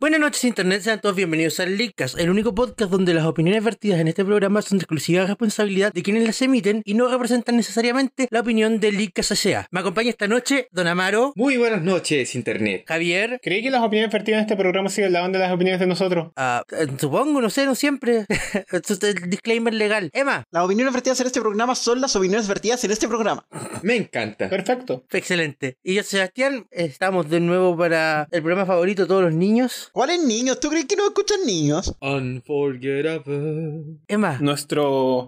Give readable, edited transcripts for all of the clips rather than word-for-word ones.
Buenas noches Internet, sean todos bienvenidos al Leakcast, el único podcast donde las opiniones vertidas en este programa son de exclusiva responsabilidad de quienes las emiten y no representan necesariamente la opinión del Leakcast S.A. Me acompaña esta noche Don Amaro. Muy buenas noches Internet. Javier. Creí que las opiniones vertidas en este programa se hablaban de las opiniones de nosotros. Supongo, no sé, no siempre. Esto es el disclaimer legal. Emma. Las opiniones vertidas en este programa son las opiniones vertidas en este programa. Me encanta. Perfecto. Excelente. Y yo, Sebastián, estamos de nuevo para el programa favorito de todos los niños. ¿Cuáles niños? ¿Tú crees que no escuchan niños? Unforgettable. Emma. Nuestro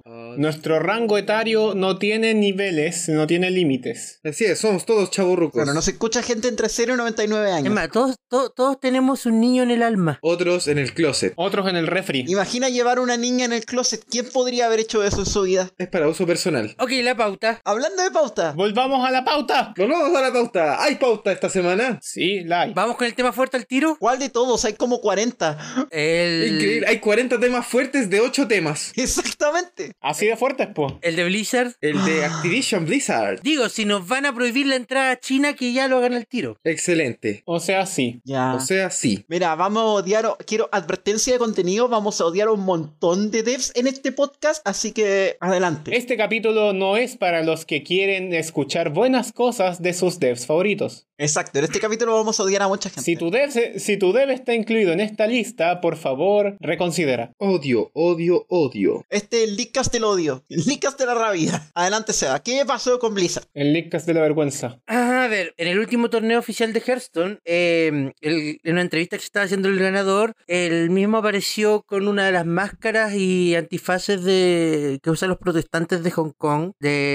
rango etario no tiene niveles, no tiene límites. Así es, somos todos chavorrucos. Bueno, nos escucha gente entre 0 y 99 años. Emma, todos tenemos un niño en el alma. Otros en el closet. Otros en el refri. Imagina llevar una niña en el closet. ¿Quién podría haber hecho eso en su vida? Es para uso personal. Ok, la pauta. Hablando de pauta. Volvamos a la pauta. Volvamos a la pauta. ¿Hay pauta esta semana? Sí, la hay. Vamos con el tema fuerte al tiro. ¿Cuál de todos? Hay como 40. Increíble. Hay 40 temas fuertes de 8 temas. Exactamente. Así de fuertes, po. El de Blizzard. El de Activision Blizzard. Digo, si nos van a prohibir la entrada a China, que ya lo hagan al tiro. Excelente. O sea, sí. Ya. O sea, sí. Mira, vamos a odiar, quiero advertencia de contenido, vamos a odiar a un montón de devs en este podcast, así que adelante. Este capítulo no es para los que quieren escuchar buenas cosas de sus devs favoritos. Exacto, en este capítulo vamos a odiar a mucha gente. Si tu dev está incluido en esta lista, por favor, reconsidera. Odio, odio, odio. Este es el Leakcast del odio, el Leakcast de la rabia. Adelante, Seba, ¿qué pasó con Blizzard? El Leakcast de la vergüenza. A ver, en el último torneo oficial de Hearthstone, en una entrevista que se estaba haciendo el ganador, él mismo apareció con una de las máscaras y antifaces que usan los protestantes de Hong Kong.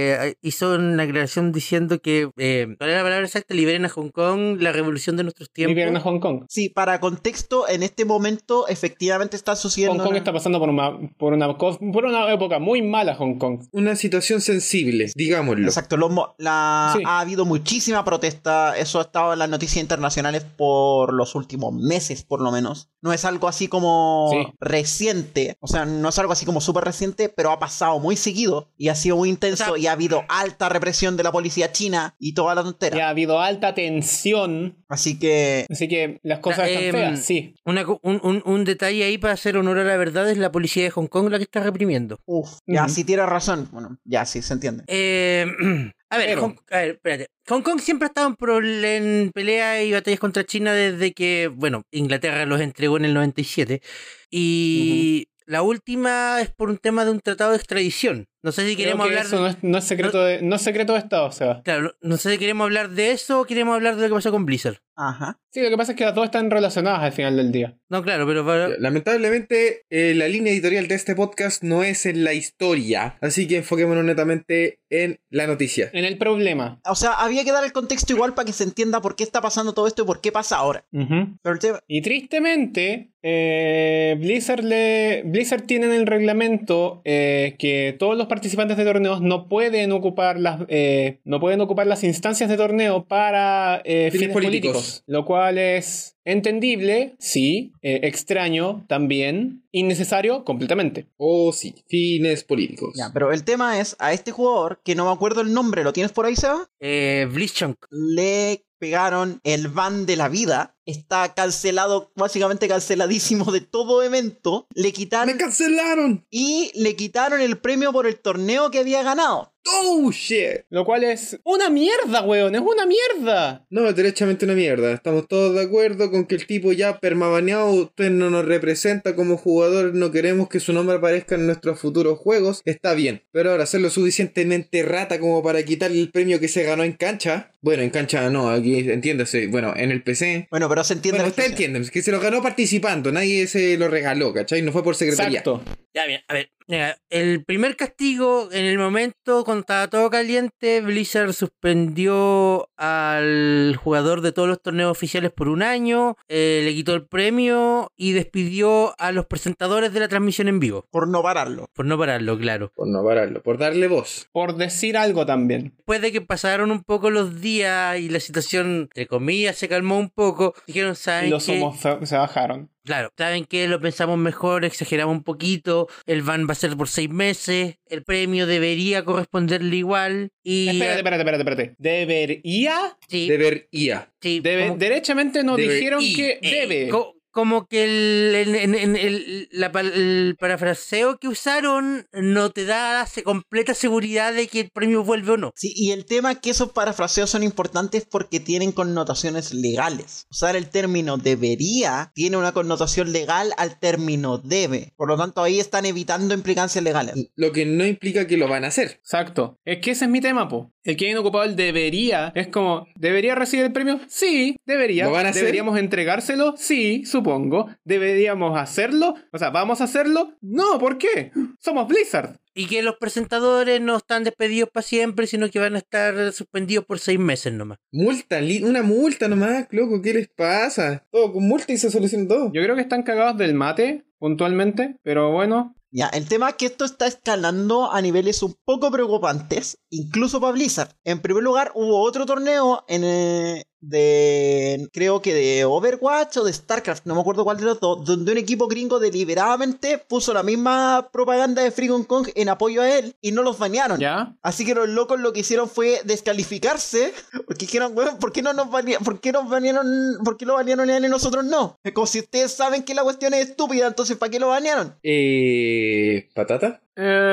Hizo una aclaración diciendo que, ¿cuál es la palabra exacta? Liberen a Hong Kong, la revolución de nuestros tiempos. Liberen a Hong Kong. Sí, para contexto, en este momento efectivamente está sucediendo... Hong Kong está pasando por una época muy mala, Hong Kong. Una situación sensible, digámoslo. Exacto, Sí. ha habido muchísima protesta, eso ha estado en las noticias internacionales por los últimos meses, por lo menos. No es algo así como reciente, o sea, no es algo así como súper reciente, pero ha pasado muy seguido y ha sido muy intenso, O sea, y ha habido alta represión de la policía china y toda la tontera. Ya ha habido alta tensión, Así que las cosas están feas, sí. Un detalle ahí para hacer honor a la verdad es la policía de Hong Kong la que está reprimiendo. ya sí tienes razón. Bueno, ya sí se entiende. A ver, espérate. Hong Kong siempre ha estado en pelea y batallas contra China desde que, bueno, Inglaterra los entregó en el 97. Y la última es por un tema de un tratado de extradición. No sé si queremos hablar eso no es secreto de Estado, o sea. Claro, no sé si queremos hablar de eso o queremos hablar de lo que pasó con Blizzard. Ajá. Sí, lo que pasa es que las dos están relacionadas al final del día. No, claro, pero... Lamentablemente, la línea editorial de este podcast no es en la historia, así que enfoquémonos netamente en la noticia. En el problema. O sea, había que dar el contexto igual para que se entienda por qué está pasando todo esto y por qué pasa ahora. Pero el tema... Y tristemente, Blizzard tiene en el reglamento que todos los participantes de torneos no pueden ocupar las instancias de torneo para fines políticos. Lo cual es entendible, sí, extraño también, innecesario completamente. Oh, sí, fines políticos. Ya, pero el tema es, a este jugador, que no me acuerdo el nombre, ¿lo tienes por ahí, Seba? Blitzchung. Le pegaron el ban de la vida. Está cancelado, básicamente canceladísimo de todo evento. Le quitaron... ¡Me cancelaron! Y le quitaron el premio por el torneo que había ganado. ¡Oh, shit! Lo cual es una mierda, weón, es una mierda. No, es derechamente una mierda. Estamos todos de acuerdo con que el tipo ya permabaneado, usted no nos representa como jugador, no queremos que su nombre aparezca en nuestros futuros juegos. Está bien. Pero ahora, ser lo suficientemente rata como para quitarle el premio que se ganó en cancha. Bueno, en cancha no, aquí entiéndase. Bueno, en el PC. Bueno, pero se entiende. Bueno, usted entiende, es que se lo ganó participando, nadie se lo regaló, ¿cachai? No fue por secretaría. Exacto. Ya, bien, a ver. Mira, el primer castigo, en el momento cuando estaba todo caliente, Blizzard suspendió al jugador de todos los torneos oficiales por un año, le quitó el premio y despidió a los presentadores de la transmisión en vivo. Por no pararlo. Por no pararlo, claro. Por no pararlo, por darle voz. Por decir algo también. Después de que pasaron un poco los días y la situación, entre comillas, se calmó un poco, dijeron, ¿saben Y los qué? humos se bajaron. Claro, ¿saben qué? Lo pensamos mejor, exageramos un poquito, el ban va a ser por 6 meses, el premio debería corresponderle igual y... Espérate. ¿Debería? Sí, Debería. sí, Derechamente nos Debe- dijeron que debe. como que el parafraseo que usaron no te da completa seguridad de que el premio vuelve o no. Sí, y el tema es que esos parafraseos son importantes porque tienen connotaciones legales. Usar el término debería tiene una connotación legal al término debe. Por lo tanto, ahí están evitando implicancias legales. Lo que no implica que lo van a hacer. Exacto. Es que ese es mi tema, po. El que hayan ocupado el debería es como, ¿debería recibir el premio? Sí, debería. ¿Lo van a hacer? ¿Deberíamos entregárselo? Sí, supongo. ¿Deberíamos hacerlo? O sea, ¿vamos a hacerlo? No, ¿por qué? Somos Blizzard. Y que los presentadores no están despedidos para siempre, sino que van a estar suspendidos por 6 meses nomás. Una multa nomás, loco, ¿qué les pasa? Todo con multa y se soluciona todo. Yo creo que están cagados del mate, puntualmente, pero bueno. Ya, el tema es que esto está escalando a niveles un poco preocupantes, incluso para Blizzard. En primer lugar, hubo otro torneo creo que de Overwatch o de StarCraft, no me acuerdo cuál de los dos, donde un equipo gringo deliberadamente puso la misma propaganda de Free Hong Kong en apoyo a él y no los banearon. ¿Ya? Así que los locos lo que hicieron fue descalificarse, porque dijeron, bueno, ¿por qué lo banearon a él y nosotros no? Es como si ustedes saben que la cuestión es estúpida, entonces ¿para qué lo banearon? ¿Patata?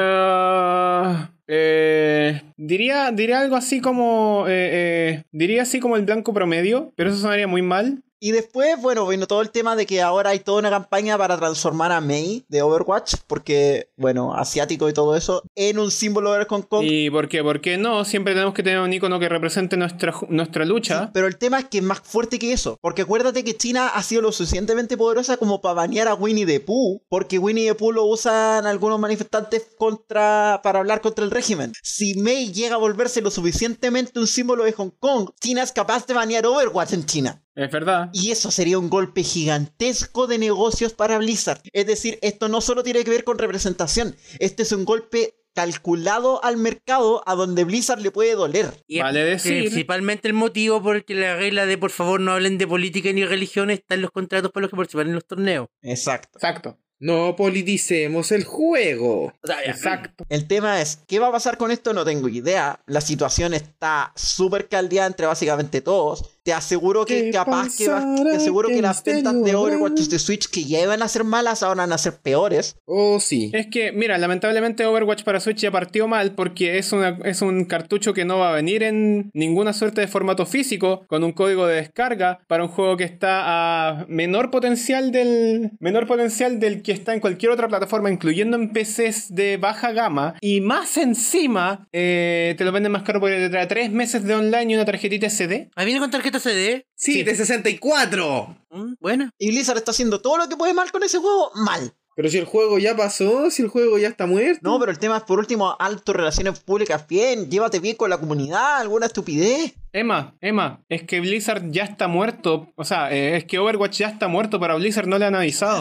Diría algo así como diría así como el blanco promedio, pero eso sonaría muy mal. Y después, bueno, vino todo el tema de que ahora hay toda una campaña para transformar a Mei de Overwatch, porque, bueno, asiático y todo eso, en un símbolo de Hong Kong. ¿Y por qué? ¿Por qué no? Siempre tenemos que tener un icono que represente nuestra lucha. Sí, pero el tema es que es más fuerte que eso, porque acuérdate que China ha sido lo suficientemente poderosa como para banear a Winnie the Pooh, porque Winnie the Pooh lo usan algunos manifestantes para hablar contra el régimen. Si Mei llega a volverse lo suficientemente un símbolo de Hong Kong, China es capaz de banear Overwatch en China. Es verdad. Y eso sería un golpe gigantesco de negocios para Blizzard. Es decir, esto no solo tiene que ver con representación. Este es un golpe calculado al mercado a donde Blizzard le puede doler. Y vale decir, principalmente el motivo porque la regla de por favor no hablen de política ni religión está en los contratos para los que participan en los torneos. Exacto. No politicemos el juego. O sea, exacto. El tema es, ¿qué va a pasar con esto? No tengo idea. La situación está súper caldeada entre básicamente todos. Te aseguro que las ventas de Overwatch de Switch que ya iban a ser malas ahora van a ser peores. Oh, sí. Es que, mira, lamentablemente Overwatch para Switch ya partió mal porque es un cartucho que no va a venir en ninguna suerte de formato físico con un código de descarga para un juego que está a menor potencial del que está en cualquier otra plataforma, incluyendo en PCs de baja gama. Y más encima, te lo venden más caro porque te trae 3 meses de online y una tarjetita SD. ¿Ahí viene con tarjeta CD? Sí, de 64. Bueno. Y Blizzard está haciendo todo lo que puede mal con ese juego, mal. Pero si el juego ya pasó, si el juego ya está muerto. No, pero el tema es, por último, alto relaciones públicas bien, llévate bien con la comunidad, alguna estupidez. Emma, es que Blizzard ya está muerto. O sea, es que Overwatch ya está muerto, pero a Blizzard no le han avisado.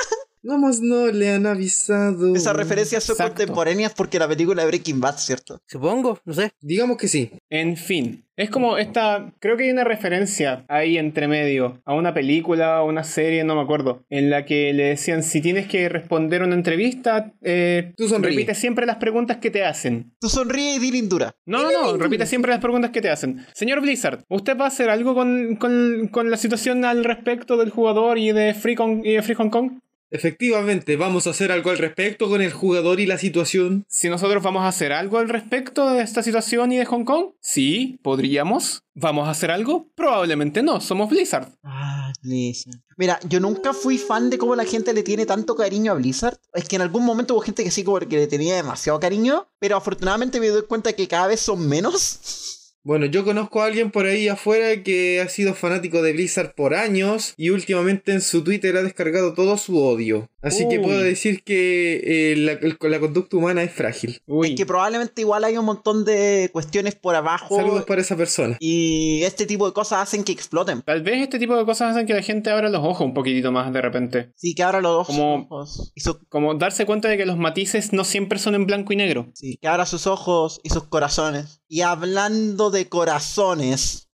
Nomás no le han avisado. Esas referencias son contemporáneas porque la película de Breaking Bad, ¿cierto? Supongo, no sé. Digamos que sí. En fin, es como creo que hay una referencia ahí entre medio a una película o una serie, no me acuerdo, en la que le decían, si tienes que responder una entrevista, tú sonríe. Repite siempre las preguntas que te hacen. Tú sonríe y di lindura. No, repite siempre las preguntas que te hacen. Señor Blizzard, ¿usted va a hacer algo con la situación al respecto del jugador y de Free Hong Kong? Efectivamente, vamos a hacer algo al respecto con el jugador y la situación. Si nosotros vamos a hacer algo al respecto de esta situación y de Hong Kong, sí, podríamos. ¿Vamos a hacer algo? Probablemente no, somos Blizzard. Blizzard. Mira, yo nunca fui fan de cómo la gente le tiene tanto cariño a Blizzard. Es que en algún momento hubo gente que sí como que le tenía demasiado cariño, pero afortunadamente me doy cuenta que cada vez son menos. Bueno, yo conozco a alguien por ahí afuera que ha sido fanático de Blizzard por años y últimamente en su Twitter ha descargado todo su odio. Así que puedo decir que la conducta humana es frágil. Es que probablemente igual hay un montón de cuestiones por abajo. Saludos para esa persona. Y este tipo de cosas hacen que exploten. Tal vez este tipo de cosas hacen que la gente abra los ojos un poquitito más de repente. Sí, que abra los ojos. Como darse cuenta de que los matices no siempre son en blanco y negro. Sí, que abra sus ojos y sus corazones. Y hablando de corazones,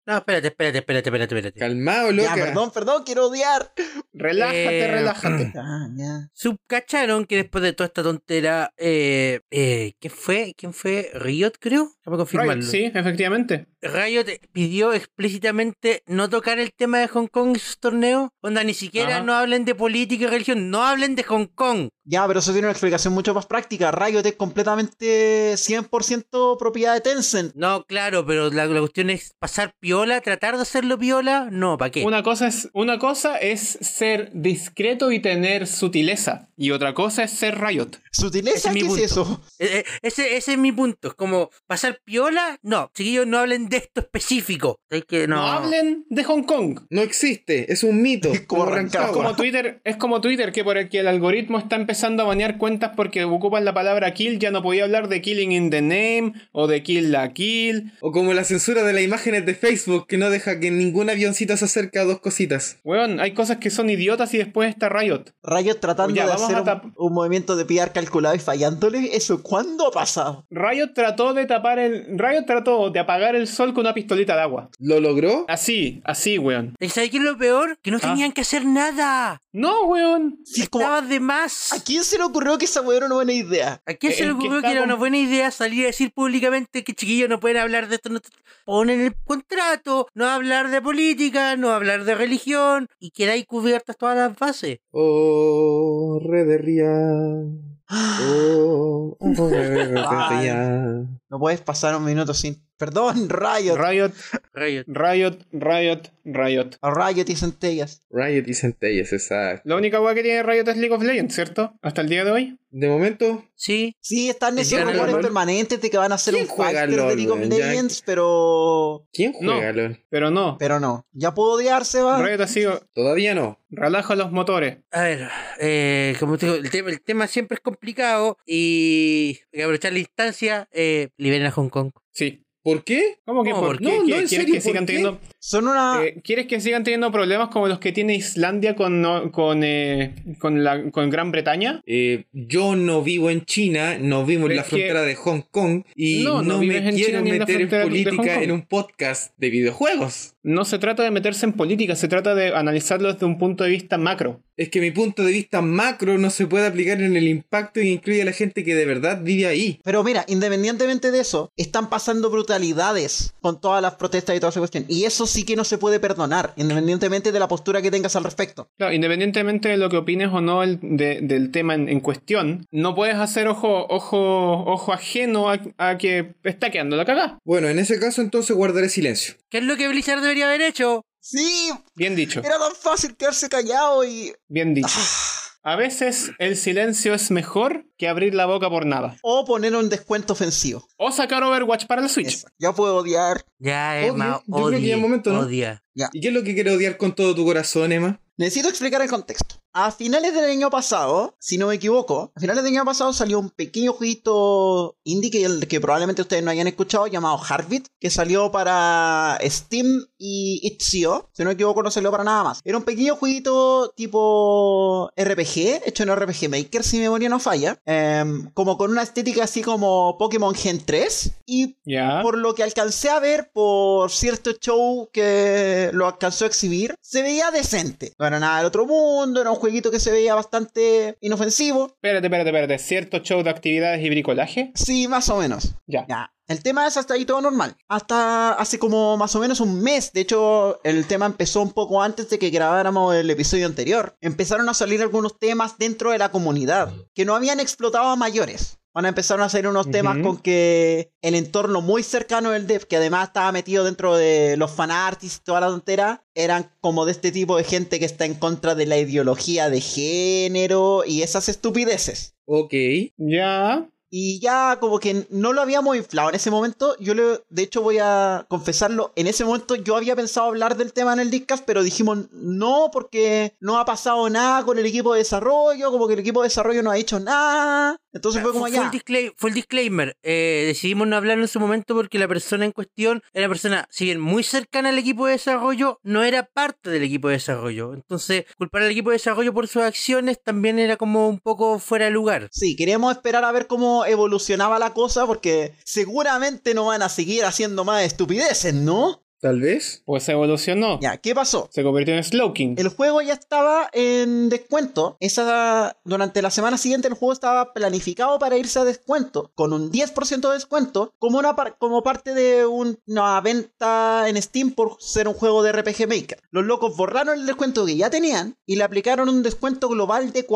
No, espérate. Calmado, loca. Ya, perdón, quiero odiar. Relájate. Ya. Subcacharon que después de toda esta tontera, ¿quién fue? Riot, creo. Vamos a confirmarlo. Right, sí, efectivamente. Riot pidió explícitamente no tocar el tema de Hong Kong en sus torneos. Onda, ni siquiera no hablen de política y religión, no hablen de Hong Kong. Ya, pero eso tiene una explicación mucho más práctica. Riot es completamente 100% propiedad de Tencent. No, claro, pero la cuestión es pasar piola, tratar de hacerlo piola. No, ¿para qué? Una cosa es ser discreto y tener sutileza. Y otra cosa es ser Riot. ¿Sutileza? ¿Qué es eso? Ese es mi punto. Es como pasar piola. No, chiquillos, no hablen de esto específico. Es que no hablen de Hong Kong. No existe, es un mito. Es como Twitter, que por el que el algoritmo está empezando a banear cuentas porque ocupan la palabra kill, ya no podía hablar de killing in the name o de kill la kill. O como la censura de las imágenes de Facebook que no deja que ningún avioncito se acerque a dos cositas. Weón, hay cosas que son idiotas y después está Riot. Riot tratando de hacer un movimiento de PR calculado y fallándole. ¿Eso cuándo ha pasado? Riot trató de apagar el sol con una pistolita de agua. ¿Lo logró? Así, weón. ¿Y sabes qué es lo peor? Que no tenían que hacer nada. No, weón. Sí, estaba de más. ¿A quién se le ocurrió que esa weón era una buena idea? ¿A quién se le ocurrió que era una buena idea salir a decir públicamente que chiquillos no pueden hablar de esto? No, ponen el contrato, no hablar de política, no hablar de religión, y queda ahí cubiertas todas las bases. Oh, Rederría. No puedes pasar un minuto sin... Perdón, Riot. Riot y centellas. Riot y centellas, exacto. La única weá que tiene Riot es League of Legends, ¿cierto? Hasta el día de hoy. De momento. Sí. Sí, están esos rumores permanentes de que van a hacer un fighter de League of Legends, pero... ¿Quién juega LOL? Pero no. ¿Ya puedo odiarse, va? Riot ha sido... Todavía no. Relaja los motores. A ver, como te digo, el tema siempre es complicado y hay que aprovechar la instancia, liberen a Hong Kong. Sí. ¿Por qué? ¿Cómo que por qué? No, en serio, que sigan teniendo... ¿Quieres que sigan teniendo problemas como los que tiene Islandia con Gran Bretaña? Yo no vivo en China, no vivo en la frontera de Hong Kong y no me quiero meter en política en un podcast de videojuegos. No se trata de meterse en política, se trata de analizarlo desde un punto de vista macro. Es que mi punto de vista macro no se puede aplicar en el impacto que incluye a la gente que de verdad vive ahí. Pero mira, independientemente de eso, están pasando brutalidades con todas las protestas y toda esa cuestión. Y eso sí que no se puede perdonar, independientemente de la postura que tengas al respecto. Claro, independientemente de lo que opines o no del tema en cuestión, no puedes hacer ojo ajeno a que está quedando la cagada. Bueno, en ese caso entonces guardaré silencio. ¿Qué es lo que Blizzard debería haber hecho? Sí. Bien dicho. Era tan fácil quedarse callado y... Bien dicho. A veces el silencio es mejor que abrir la boca por nada. O poner un descuento ofensivo. O sacar Overwatch para el Switch. Eso. Ya puedo odiar. Ya, Emma, yo creo que ya es momento, ¿no? odia. Ya. ¿Y qué es lo que quiere odiar con todo tu corazón, Emma? Necesito explicar el contexto. A finales del año pasado, si no me equivoco, a finales del año pasado salió un pequeño jueguito indie que probablemente ustedes no hayan escuchado, llamado Heartbeat, que salió para Steam y itch.io. Si no me equivoco, no salió para nada más. Era un pequeño jueguito tipo RPG, hecho en RPG Maker, si mi memoria no falla. Como con una estética así como Pokémon Gen 3. Y por lo que alcancé a ver por cierto show que lo alcanzó a exhibir, se veía decente. No era nada del otro mundo, era un jueguito que se veía bastante inofensivo. Espérate. ¿Cierto show de actividades y bricolaje? Sí, más o menos. Ya. El tema es hasta ahí todo normal. Hasta hace como más o menos un mes. De hecho, el tema empezó un poco antes de que grabáramos el episodio anterior. Empezaron a salir algunos temas dentro de la comunidad que no habían explotado a mayores. Empezaron a salir unos temas con que el entorno muy cercano del dev, que además estaba metido dentro de los fanarts y toda la tontera, eran como de este tipo de gente que está en contra de la ideología de género y esas estupideces. Ok. Ya. Y ya como que no lo habíamos inflado en ese momento. De hecho voy a confesarlo, en ese momento yo había pensado hablar del tema en el Discast, pero dijimos no, porque no ha pasado nada con el equipo de desarrollo, como que el equipo de desarrollo no ha hecho nada. Entonces fue como ya. Fue el disclaimer. Decidimos no hablar en ese momento porque la persona en cuestión era una persona, si bien muy cercana al equipo de desarrollo, no era parte del equipo de desarrollo. Entonces, culpar al equipo de desarrollo por sus acciones también era como un poco fuera de lugar. Sí, queríamos esperar a ver cómo evolucionaba la cosa porque seguramente no van a seguir haciendo más estupideces, ¿no? Tal vez. Pues evolucionó. Ya, ¿qué pasó? Se convirtió en Slowking. El juego ya estaba en descuento. Durante la semana siguiente el juego estaba planificado para irse a descuento, con un 10% de descuento, como parte de una venta en Steam por ser un juego de RPG Maker. Los locos borraron el descuento que ya tenían y le aplicaron un descuento global de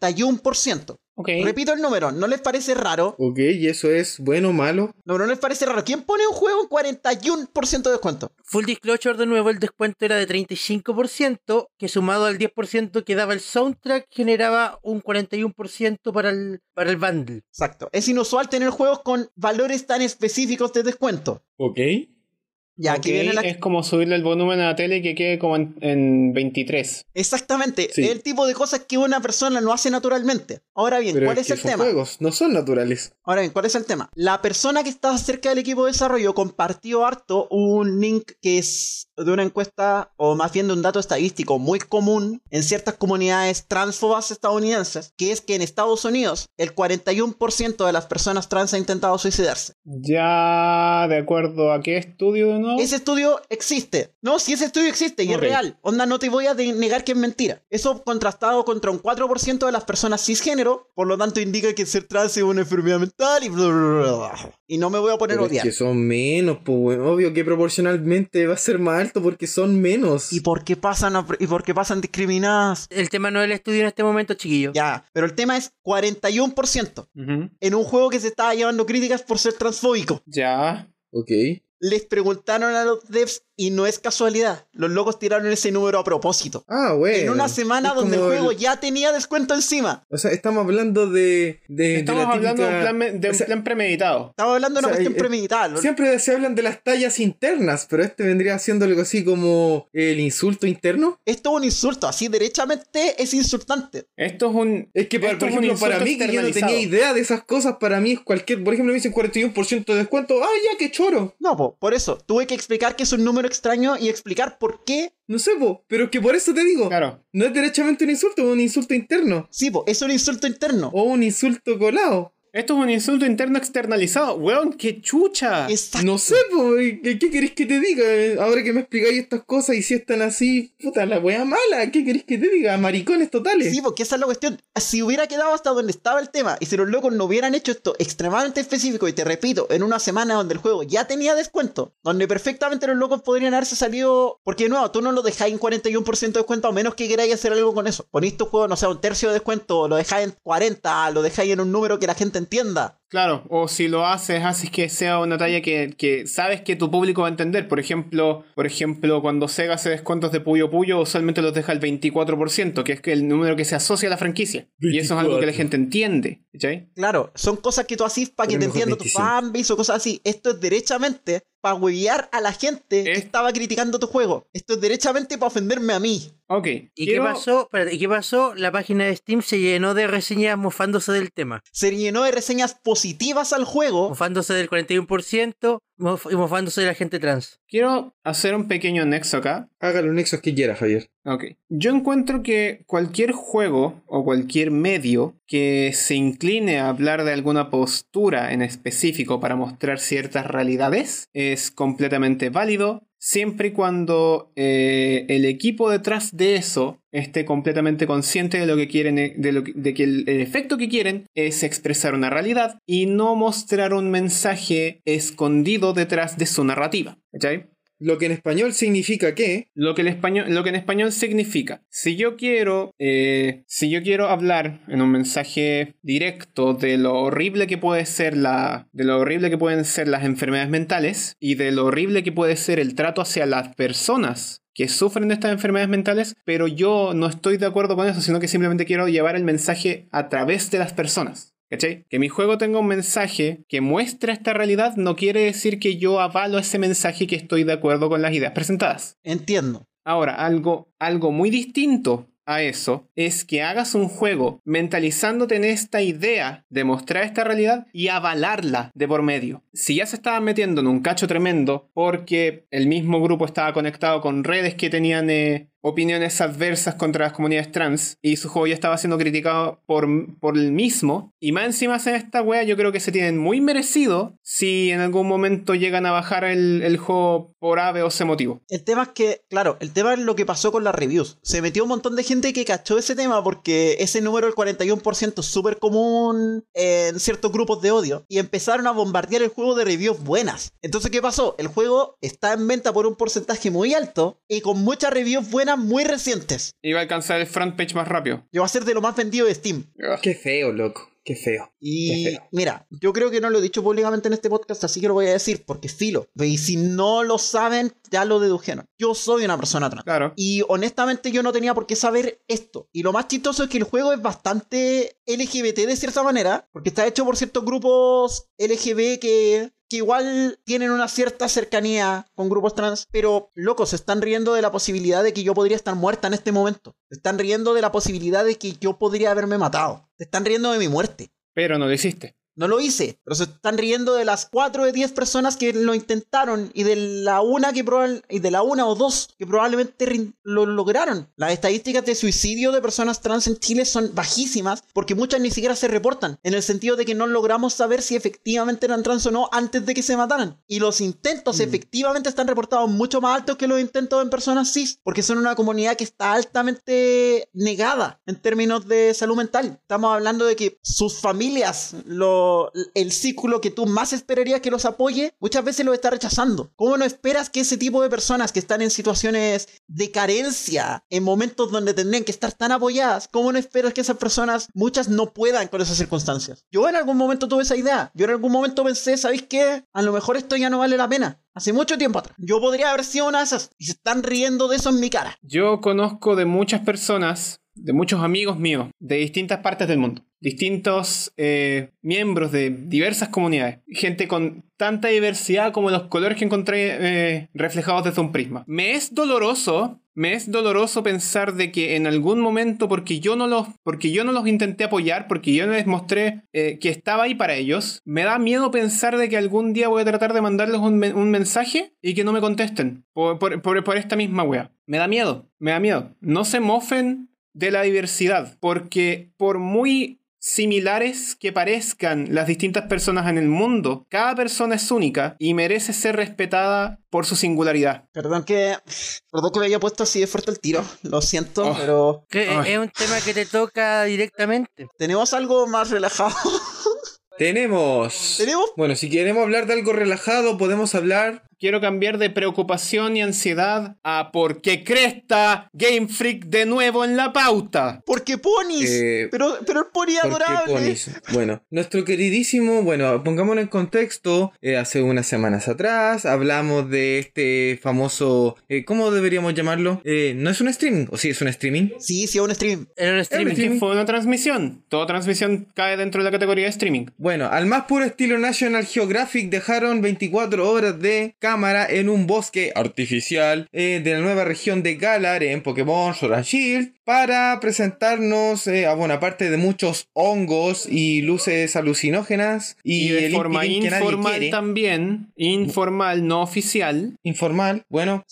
41%. Okay. Repito el número, ¿no les parece raro? Ok, ¿y eso es bueno o malo? No les parece raro. ¿Quién pone un juego en 41% de descuento? Full disclosure de nuevo, el descuento era de 35%, que sumado al 10% que daba el soundtrack, generaba un 41% para el bundle. Exacto. Es inusual tener juegos con valores tan específicos de descuento. Ok. Ya, aquí viene la... Es como subirle el volumen a la tele y que quede como en 23. Exactamente. Sí. Es el tipo de cosas que una persona no hace naturalmente. Ahora bien, Pero ¿cuál es el son tema? juegos, no son naturales. Ahora bien, ¿cuál es el tema? La persona que estaba cerca del equipo de desarrollo compartió harto un link que es de una encuesta, o más bien de un dato estadístico muy común en ciertas comunidades transfobas estadounidenses, que es que en Estados Unidos el 41% de las personas trans ha intentado suicidarse. Ya, ¿de acuerdo a qué estudio de nuevo? Ese estudio existe. No, si ese estudio existe y es real. Onda, no te voy a negar que es mentira. Eso contrastado contra un 4% de las personas cisgénero, por lo tanto indica que ser trans es una enfermedad mental y bla, bla, bla. Y no me voy a poner a Pero es odiar. que son menos, pues bueno, obvio que proporcionalmente va a ser más alto porque son menos. ¿Y por qué pasan discriminadas? El tema no es el estudio en este momento, chiquillo. Ya, pero el tema es 41% Ujú. en un juego que se estaba llevando críticas por ser transfóbico. Ya. Ok. Les preguntaron a los devs y no es casualidad. Los locos tiraron ese número a propósito. Ah, bueno. En una semana Es donde el como juego ya tenía descuento encima. O sea, estamos hablando de Estamos la hablando típica... de un plan premeditado. Estaba hablando de una O sea, cuestión premeditada. Siempre se hablan de las tallas internas, pero este vendría siendo algo así como el insulto interno. Esto es un insulto, así derechamente es insultante. Esto es un. Es que, por esto es un ejemplo, para insulto mí, que yo no externalizado. tenía idea de esas cosas, para mí es cualquier... Por ejemplo, me dicen 41% de descuento. ¡Ah, ya, qué choro! No, por eso, tuve que explicar que es un número extraño y explicar por qué. No sé, pero es que por eso te digo. Claro. No es derechamente un insulto, es un insulto interno. Sí, es un insulto interno. O un insulto colado. Esto es un insulto interno externalizado. Weón, qué chucha. Exacto. No sé, ¿qué querés que te diga? Ahora que me explicáis estas cosas y si están así, puta, la wea mala, ¿qué querés que te diga? Maricones totales. Sí, porque esa es la cuestión. Si hubiera quedado hasta donde estaba el tema y si los locos no hubieran hecho esto extremadamente específico, y te repito, en una semana donde el juego ya tenía descuento, donde perfectamente los locos podrían haberse salido. Porque de nuevo, tú no lo dejáis en 41% de descuento, a menos que queráis hacer algo con eso. Ponéis tu juego, no sé, un tercio de descuento, lo dejáis en 40, lo dejáis en un número que la gente entienda. Claro, o si lo haces que sea una talla que sabes que tu público va a entender. Por ejemplo, cuando Sega hace descuentos de Puyo Puyo, usualmente los deja al 24%, que es el número que se asocia a la franquicia. 24. Y eso es algo que la gente entiende, ¿cachai? Claro, son cosas que tú haces para que te entienda tu fanbase o cosas así. Esto es derechamente para huevear a la gente que estaba criticando tu juego. Esto es derechamente para ofenderme a mí. Ok. ¿Qué pasó? Espérate, ¿y qué pasó? La página de Steam se llenó de reseñas mofándose del tema. Se llenó de reseñas positivas al juego. Mofándose del 41% y mofándose de la gente trans. Quiero hacer un pequeño nexo acá. Hágalo un nexo que quiera, Javier. Ok. Yo encuentro que cualquier juego o cualquier medio que se incline a hablar de alguna postura en específico para mostrar ciertas realidades es completamente válido, siempre y cuando el equipo detrás de eso esté completamente consciente de lo que quieren, de que el efecto que quieren es expresar una realidad y no mostrar un mensaje escondido detrás de su narrativa. ¿Cachai? Lo que en español significa que... Lo que en español significa, si yo quiero hablar en un mensaje directo de lo horrible que pueden ser las enfermedades mentales y de lo horrible que puede ser el trato hacia las personas que sufren de estas enfermedades mentales, pero yo no estoy de acuerdo con eso, sino que simplemente quiero llevar el mensaje a través de las personas. ¿Cachai? Que mi juego tenga un mensaje que muestra esta realidad no quiere decir que yo avalo ese mensaje y que estoy de acuerdo con las ideas presentadas. Entiendo. Ahora, algo muy distinto a eso es que hagas un juego mentalizándote en esta idea de mostrar esta realidad y avalarla de por medio. Si ya se estaban metiendo en un cacho tremendo porque el mismo grupo estaba conectado con redes que tenían opiniones adversas contra las comunidades trans y su juego ya estaba siendo criticado por el mismo, y más encima hacen esta wea, yo creo que se tienen muy merecido si en algún momento llegan a bajar el juego por A, B o C motivo. El tema es que, claro, el tema es lo que pasó con las reviews. Se metió un montón de gente que cachó ese tema porque ese número del 41% es súper común en ciertos grupos de odio, y empezaron a bombardear el juego de reviews buenas. Entonces, ¿qué pasó? El juego está en venta por un porcentaje muy alto y con muchas reviews buenas muy recientes. Iba a alcanzar el front page más rápido. Y va a ser de lo más vendido de Steam. Qué feo, loco. Qué feo. Y Qué feo. mira, yo creo que no lo he dicho públicamente en este podcast, así que lo voy a decir, porque filo. Y si no lo saben, ya lo dedujeron. Yo soy una persona trans. Claro. Y honestamente yo no tenía por qué saber esto. Y lo más chistoso es que el juego es bastante LGBT de cierta manera, porque está hecho por ciertos grupos LGBT que igual tienen una cierta cercanía con grupos trans, pero locos, se están riendo de la posibilidad de que yo podría estar muerta en este momento. Se están riendo de la posibilidad de que yo podría haberme matado. Se están riendo de mi muerte. Pero no lo hiciste. No lo hice, pero se están riendo de las 4 de 10 personas que lo intentaron y de la una o dos que probablemente lo lograron. Las estadísticas de suicidio de personas trans en Chile son bajísimas porque muchas ni siquiera se reportan, en el sentido de que no logramos saber si efectivamente eran trans o no antes de que se mataran. Y los intentos efectivamente están reportados mucho más altos que los intentos en personas cis, porque son una comunidad que está altamente negada en términos de salud mental. Estamos hablando de que sus familias, el círculo que tú más esperarías que los apoye, muchas veces los está rechazando. ¿Cómo no esperas que ese tipo de personas que están en situaciones de carencia, en momentos donde tendrían que estar tan apoyadas, cómo no esperas que esas personas, muchas no puedan con esas circunstancias? Yo en algún momento tuve esa idea. Yo en algún momento pensé, ¿sabéis qué? A lo mejor esto ya no vale la pena. Hace mucho tiempo atrás. Yo podría haber sido una de esas. Y se están riendo de eso en mi cara. Yo conozco de muchas personas, de muchos amigos míos, de distintas partes del mundo. Distintos miembros de diversas comunidades. Gente con tanta diversidad como los colores que encontré reflejados desde un prisma. Me es doloroso pensar de que en algún momento, porque yo no los intenté apoyar, porque yo no les mostré que estaba ahí para ellos, me da miedo pensar de que algún día voy a tratar de mandarles un mensaje y que no me contesten por esta misma wea. Me da miedo. No se mofen de la diversidad, porque por muy similares que parezcan las distintas personas en el mundo, cada persona es única y merece ser respetada por su singularidad. Perdón que me haya puesto así de fuerte el tiro, lo siento, pero... Es un tema que te toca directamente. ¿Tenemos algo más relajado? Tenemos. Bueno, si queremos hablar de algo relajado, podemos hablar... Quiero cambiar de preocupación y ansiedad a ¿por qué cresta Game Freak de nuevo en la pauta? Porque ponis, pero el pony adorable. Ponis. Bueno, nuestro queridísimo, pongámoslo en contexto, hace unas semanas atrás hablamos de este famoso, ¿cómo deberíamos llamarlo? ¿No es un streaming? ¿O sí es un streaming? Sí, es un streaming. Era un streaming. Fue una transmisión. Toda transmisión cae dentro de la categoría de streaming. Bueno, al más puro estilo National Geographic dejaron 24 horas de cámara en un bosque artificial de la nueva región de Galar en Pokémon Sword and Shield para presentarnos aparte de muchos hongos y luces alucinógenas y de el forma informal también, informal, no oficial. Informal,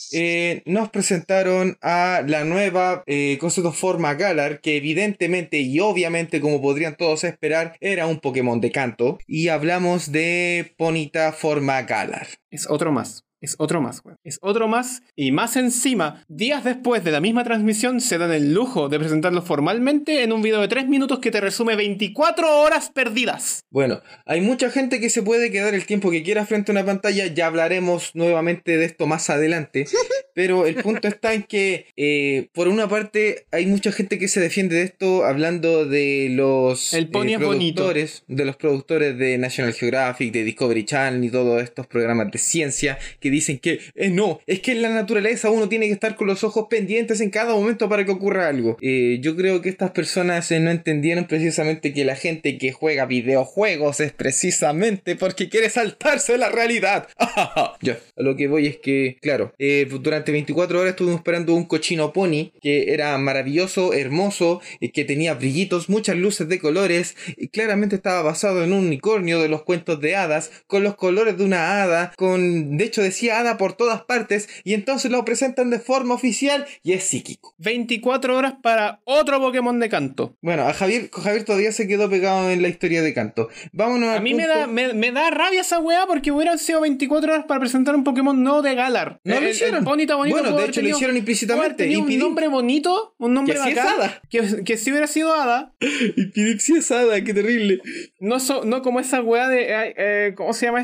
nos presentaron a la nueva concepto forma Galar, que evidentemente y obviamente, como podrían todos esperar, era un Pokémon de canto, y hablamos de Ponyta forma Galar. Es otro más, güey. Es otro más, y más encima, días después de la misma transmisión, se dan el lujo de presentarlo formalmente en un video de 3 minutos que te resume 24 horas perdidas. Bueno, hay mucha gente que se puede quedar el tiempo que quiera frente a una pantalla, ya hablaremos nuevamente de esto más adelante, pero el punto está en que, por una parte, hay mucha gente que se defiende de esto, hablando de los productores, de los productores de National Geographic, de Discovery Channel y todos estos programas de ciencia que dicen que no, es que en la naturaleza uno tiene que estar con los ojos pendientes en cada momento para que ocurra algo. Yo creo que estas personas no entendieron precisamente que la gente que juega videojuegos es precisamente porque quiere saltarse la realidad. Ya, a lo que voy es que, claro, durante 24 horas estuvimos esperando un cochino pony que era maravilloso, hermoso, que tenía brillitos, muchas luces de colores, y claramente estaba basado en un unicornio de los cuentos de hadas, con los colores de una hada, de hecho decía aparecía Hada por todas partes y entonces lo presentan de forma oficial y es psíquico. 24 horas para otro Pokémon de Kanto. Bueno, Javier todavía se quedó pegado en la historia de Kanto. Vámonos a mí me da rabia esa weá porque hubieran sido 24 horas para presentar un Pokémon nuevo de Galar. No lo hicieron. Bonito, bueno, de hecho lo hicieron implícitamente. Un nombre bonito, un nombre bacán. Sí es Hada. Que si hubiera sido Hada. Y sí es Hada, qué terrible. No como esa weá de... ¿cómo se llama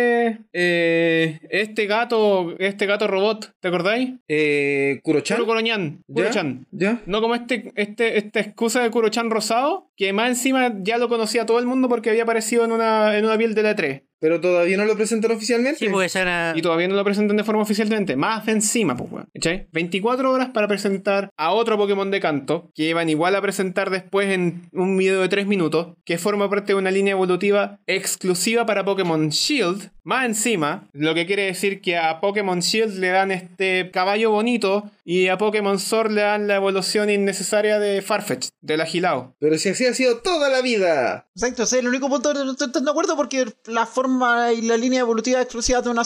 este gato robot? ¿Te acordáis? ¿Kurochan? Kurochan. ¿Ya? No como esta excusa de Kurochan rosado, que más encima ya lo conocía todo el mundo porque había aparecido en una build de la 3. Pero todavía no lo presentan oficialmente. Sí, pues era... Y todavía no lo presentan de forma oficialmente. Más encima, pues, weón. ¿Cachai? 24 horas para presentar a otro Pokémon de Kanto, que iban igual a presentar después en un video de 3 minutos, que forma parte de una línea evolutiva exclusiva para Pokémon Shield. Más encima, lo que quiere decir que a Pokémon Shield le dan este caballo bonito y a Pokémon Sword le dan la evolución innecesaria de Farfetch, del Agilao. Pero si así ha sido toda la vida. Exacto, ese es el único punto que no estoy tan de acuerdo porque la forma y la línea evolutiva exclusiva de un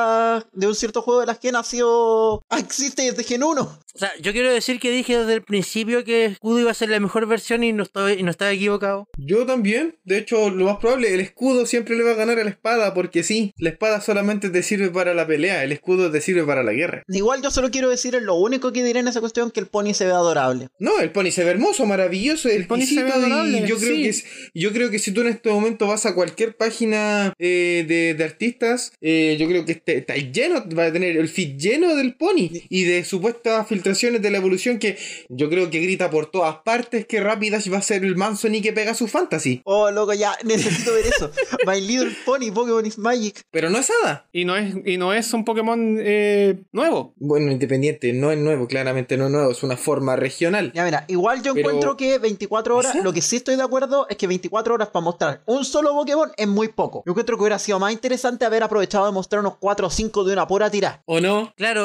cierto juego de las Gen existe desde Gen 1. O sea, yo quiero decir que dije desde el principio que Escudo iba a ser la mejor versión y no estaba equivocado. Yo también. De hecho, lo más probable, el escudo siempre le va a ganar a la espada porque sí, la espada solamente te sirve para la pelea, el escudo te sirve para la guerra. Igual yo solo quiero decir lo único que diré en esa cuestión, que el pony se ve adorable. No, el pony se ve hermoso, maravilloso, el pony se ve adorable, y yo creo que si tú en este momento vas a cualquier página de artistas, yo creo que está lleno, va a tener el feed lleno del pony y de supuestas filtraciones de la evolución que yo creo que grita por todas partes que Rapidash va a ser el Manson que pega su fantasy. Oh, loco, ya necesito ver eso. My Little Pony, Pokémon is Magic. Pero no es Hada. Y no es un Pokémon nuevo. Bueno, independiente, no es nuevo, claramente no es nuevo, es una forma regional. Ya mira, igual yo encuentro que 24 horas, lo que sí estoy de acuerdo es que 24 horas para mostrar un solo Pokémon es muy poco. Yo encuentro que hubiera sido más interesante haber aprovechado de mostrar unos 4 o 5 de una pura tirada. ¿O no? Claro,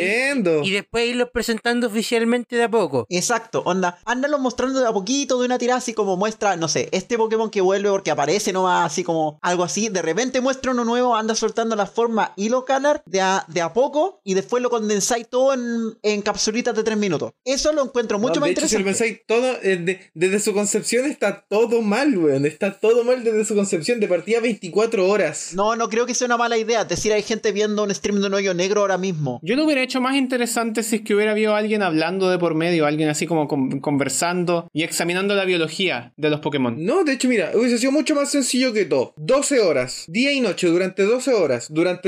y después irlos presentando oficialmente de a poco. Exacto, ándalo mostrando de a poquito de una tirada, así como muestra, no sé, este Pokémon que vuelve porque aparece nomás, así como algo así, de repente muestra uno nuevo, anda soltando la forma y lo Galar de a poco y después lo condensáis todo en capsulitas de 3 minutos. Eso lo encuentro mucho más interesante. Si lo pensáis todo, desde su concepción está todo mal, weón. Está todo mal desde su concepción. De partida 24 horas. No creo que sea una mala idea. Es decir, hay gente viendo un stream de un hoyo negro ahora mismo. Yo lo hubiera hecho más interesante si es que hubiera habido alguien hablando de por medio, alguien así como conversando y examinando la biología de los Pokémon. No, de hecho, mira, hubiese sido mucho más sencillo que todo. 12 horas, día y noche, durante 12 horas. Durante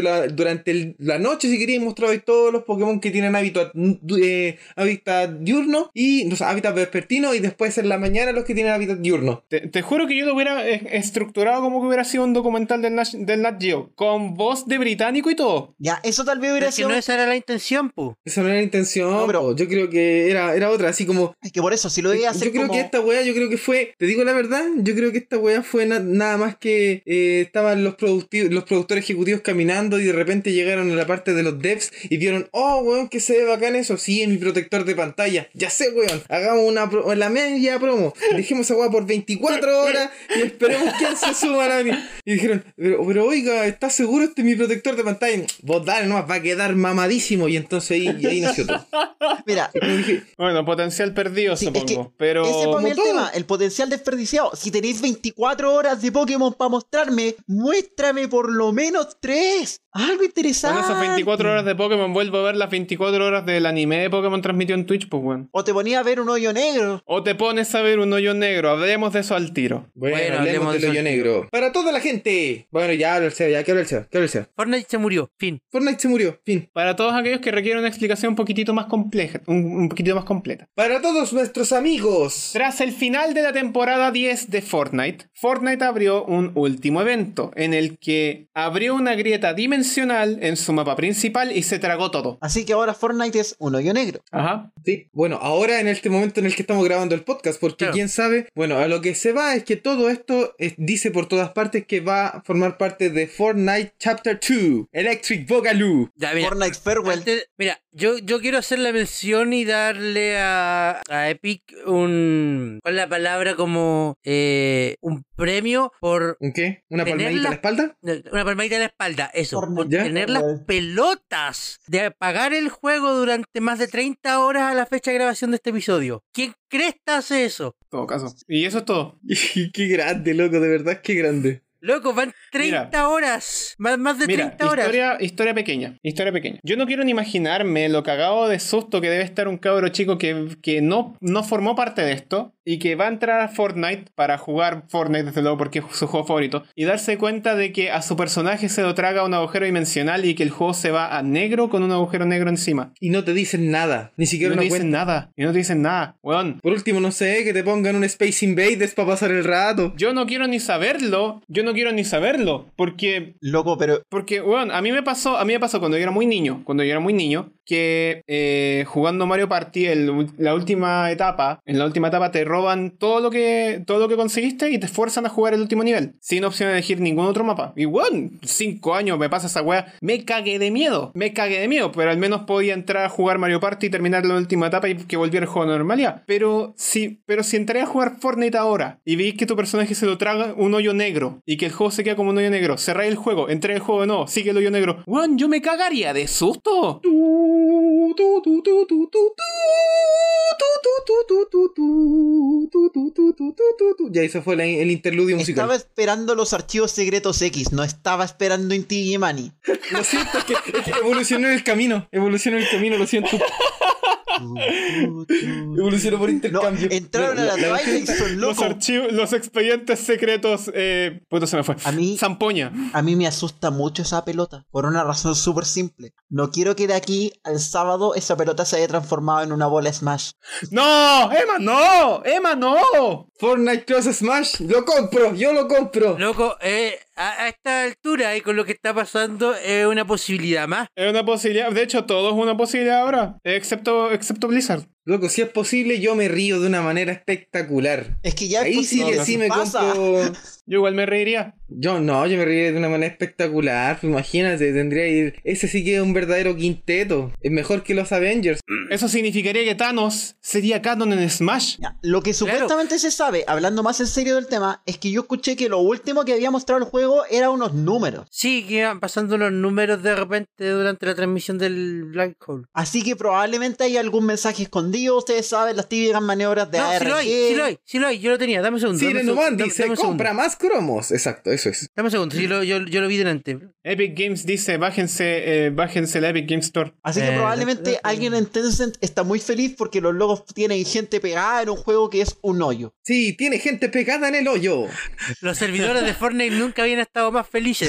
la noche, si queréis, mostrabais todos los Pokémon que tienen hábitat diurno y, o sea, hábitat vespertino, y después en la mañana los que tienen hábitat diurno. Te juro que yo lo hubiera estructurado como que hubiera sido un documental del Nat Geo, con voz de británico y todo. Ya, eso tal vez hubiera sido... no esa era la intención, pu. Esa no era la intención, no, pero yo creo que era otra, así como... Es que por eso, si lo debía hacer yo creo que esta wea, fue... Te digo la verdad, yo creo que esta wea fue nada más que... estaban los productores ejecutivos caminando y de repente llegaron a la parte de los devs y vieron, oh, weón, que se ve bacán eso. Sí, es mi protector de pantalla. Ya sé, weón, hagamos la media promo. Dejemos esa wea por 24 horas y esperemos que se suban a venir. Y dijeron, pero oiga, ¿estás seguro este es mi protector de pantalla? Vos dale nomás, va a quedar mamadísimo. Y entonces ahí nació todo. Mira, bueno, potencial perdido, sí, supongo. Es que pero ese fue el tema, el potencial desperdiciado. Si tenéis 24 horas de Pokémon para mostrarme, muéstrame por lo menos 3. Algo interesante. Con esas 24 horas de Pokémon vuelvo a ver las 24 horas del anime de Pokémon transmitido en Twitch, pues, weón. O te ponías a ver un hoyo negro. O te pones a ver un hoyo negro. Hablemos de eso al tiro. Bueno, hablemos del hoyo negro. Para toda la gente. Bueno, ya habla el SEA, ¿qué habla el SEA? Fortnite se murió, fin. Fortnite se murió, fin. Para todos aquellos que requieren una explicación un poquitito más compleja, un poquito más completa. Para todos nuestros amigos. Tras el final de la temporada 10 de Fortnite, Fortnite abrió un último evento en el que abrió una grieta dimensional en su mapa principal y se tragó todo. Así que ahora Fortnite es un hoyo negro. Ajá. Sí, bueno, ahora en este momento en el que estamos grabando el podcast, porque Claro. quién sabe, bueno, a lo que se va es que todo esto dice por todas partes que va a formar parte de Fortnite Chapter 2, Electric Boogaloo. Ya, mira, Fortnite Farewell. mira, yo quiero hacer la mención y darle a Epic ¿cuál es la palabra? Como un premio por ¿Un qué? ¿Una Tener palmadita a la la- espalda? una palmadita en la espalda, eso, Fortnite, por ¿ya? tener las pelotas de apagar el juego durante más de 30 horas a la fecha de grabación de este episodio. ¿Quién cresta hace eso? En todo caso. Y eso es todo. Qué grande, loco, de verdad, qué grande. Loco, van 30 horas, más de 30 horas. Historia pequeña. Yo no quiero ni imaginarme lo cagado de susto que debe estar un cabro chico que no formó parte de esto y que va a entrar a Fortnite para jugar Fortnite, desde luego, porque es su juego favorito, y darse cuenta de que a su personaje se lo traga un agujero dimensional y que el juego se va a negro con un agujero negro encima. Y no te dicen nada, ni Y siquiera no te una dicen cuenta. nada. Y no te dicen nada, weón. Por último, no sé, que te pongan un Space Invaders para pasar el rato. Yo no quiero ni saberlo. Porque, Loco, pero bueno, a mí me pasó cuando yo era muy niño, que jugando Mario Party en la última etapa te roban todo lo que conseguiste y te fuerzan a jugar el último nivel, sin opción de elegir ningún otro mapa. Y bueno, 5 años me pasa esa wea, me cagué de miedo, pero al menos podía entrar a jugar Mario Party y terminar la última etapa y que volviera el juego a normalidad. Pero si entré a jugar Fortnite ahora y veis que tu personaje se lo traga un hoyo negro y que el juego se queda como un hoyo negro, cerráis el juego, entré el juego de nuevo, sigue el hoyo negro, weón, yo me cagaría de susto. Ya, eso fue el interludio musical. estaba esperando los archivos secretos X, no estaba esperando Inti Gimani. Lo siento, es que evolucionó en el camino, lo siento. Evolucionó por No, intercambio. entraron a la Twilight Zone, Los loco. archivos, los expedientes secretos, puto se me fue. A mí- Zampoña. A mí me asusta mucho esa pelota, por una razón súper simple. No quiero que de aquí al sábado esa pelota se haya transformado en una bola Smash. ¡No! ¡Emma, no! ¡Emma, no! Fortnite Cross Smash, lo compro, yo lo compro. Loco, a esta altura y con lo que está pasando es una posibilidad más. Es una posibilidad, de hecho todo es una posibilidad ahora, excepto Blizzard. Loco, si es posible, yo me río de una manera espectacular. Es que ya es Ahí sí posible, que sí me pasa. compro. Yo igual me reiría. Yo me reiría de una manera espectacular. Pues imagínate, ese sí que es un verdadero quinteto. Es mejor que los Avengers. Eso significaría que Thanos sería canon en Smash. Ya, lo que supuestamente se sabe, hablando más en serio del tema, es que yo escuché que lo último que había mostrado el juego era unos números. Sí, que iban pasando los números de repente durante la transmisión del Black Hole. Así que probablemente hay algún mensaje escondido, ustedes saben, las típicas maniobras de No, ARG. sí lo hay, yo lo tenía, dame un segundo. Sí, dame un Renoman segundo, dice, dame un segundo. compra más cromos. Exacto, eso es. Dame un segundo, yo lo vi delante. Epic Games dice, bájense la Epic Games Store. Así que probablemente alguien en Tencent está muy feliz porque los logos tienen gente pegada en un juego que es un hoyo. Sí, tiene gente pegada en el hoyo. Los servidores de Fortnite nunca habían estado más felices.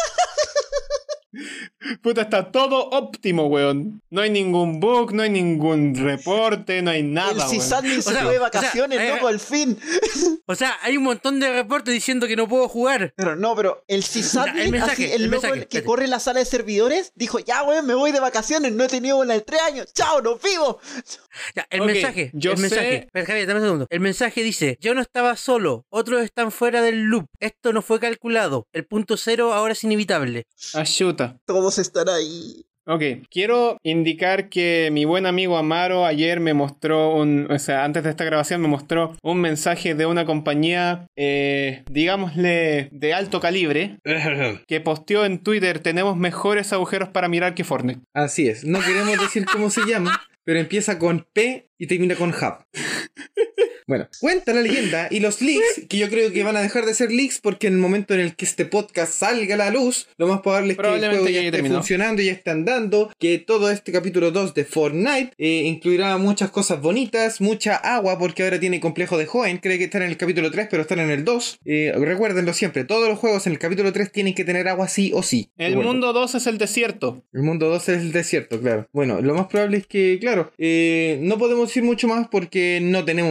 Puta, está todo óptimo, weón. No hay ningún bug, no hay ningún reporte, no hay nada, El weón. sysadmin se sea, fue de o sea, vacaciones, loco, al fin. O sea, hay un montón de reportes diciendo que no puedo jugar. Pero el sysadmin, el mensaje, así, el el loco mensaje, que espérate. corre la sala de servidores, dijo, ya, weón, me voy de vacaciones, no he tenido una en 3 años, chao, nos vimos. Ya, el Ok, mensaje, yo el mensaje. sé- Espera, Javier, dame un segundo. El mensaje dice, yo no estaba solo, otros están fuera del loop. Esto no fue calculado. El punto cero ahora es inevitable. Ayuta. Todos están ahí. Ok, quiero indicar que mi buen amigo Amaro ayer me mostró antes de esta grabación me mostró un mensaje de una compañía, digámosle, de alto calibre, que posteó en Twitter, tenemos mejores agujeros para mirar que Fortnite. Así es. No queremos decir cómo se llama, pero empieza con P y termina con Hub. Bueno, cuenta la leyenda y los leaks, que yo creo que van a dejar de ser leaks porque en el momento en el que este podcast salga a la luz, lo más probable es que el Probablemente juego ya ya haya esté terminado. funcionando, ya esté andando, que todo este capítulo 2 de Fortnite incluirá muchas cosas bonitas, mucha agua, porque ahora tiene complejo de Hoenn, cree que está en el capítulo 3, pero están en el 2. Recuérdenlo siempre, todos los juegos en el capítulo 3 tienen que tener agua sí o sí. El Recuerden. mundo 2 es el desierto. El mundo 2 es el desierto, claro. Bueno, lo más probable es que, claro, no podemos decir mucho más porque no tenemos más información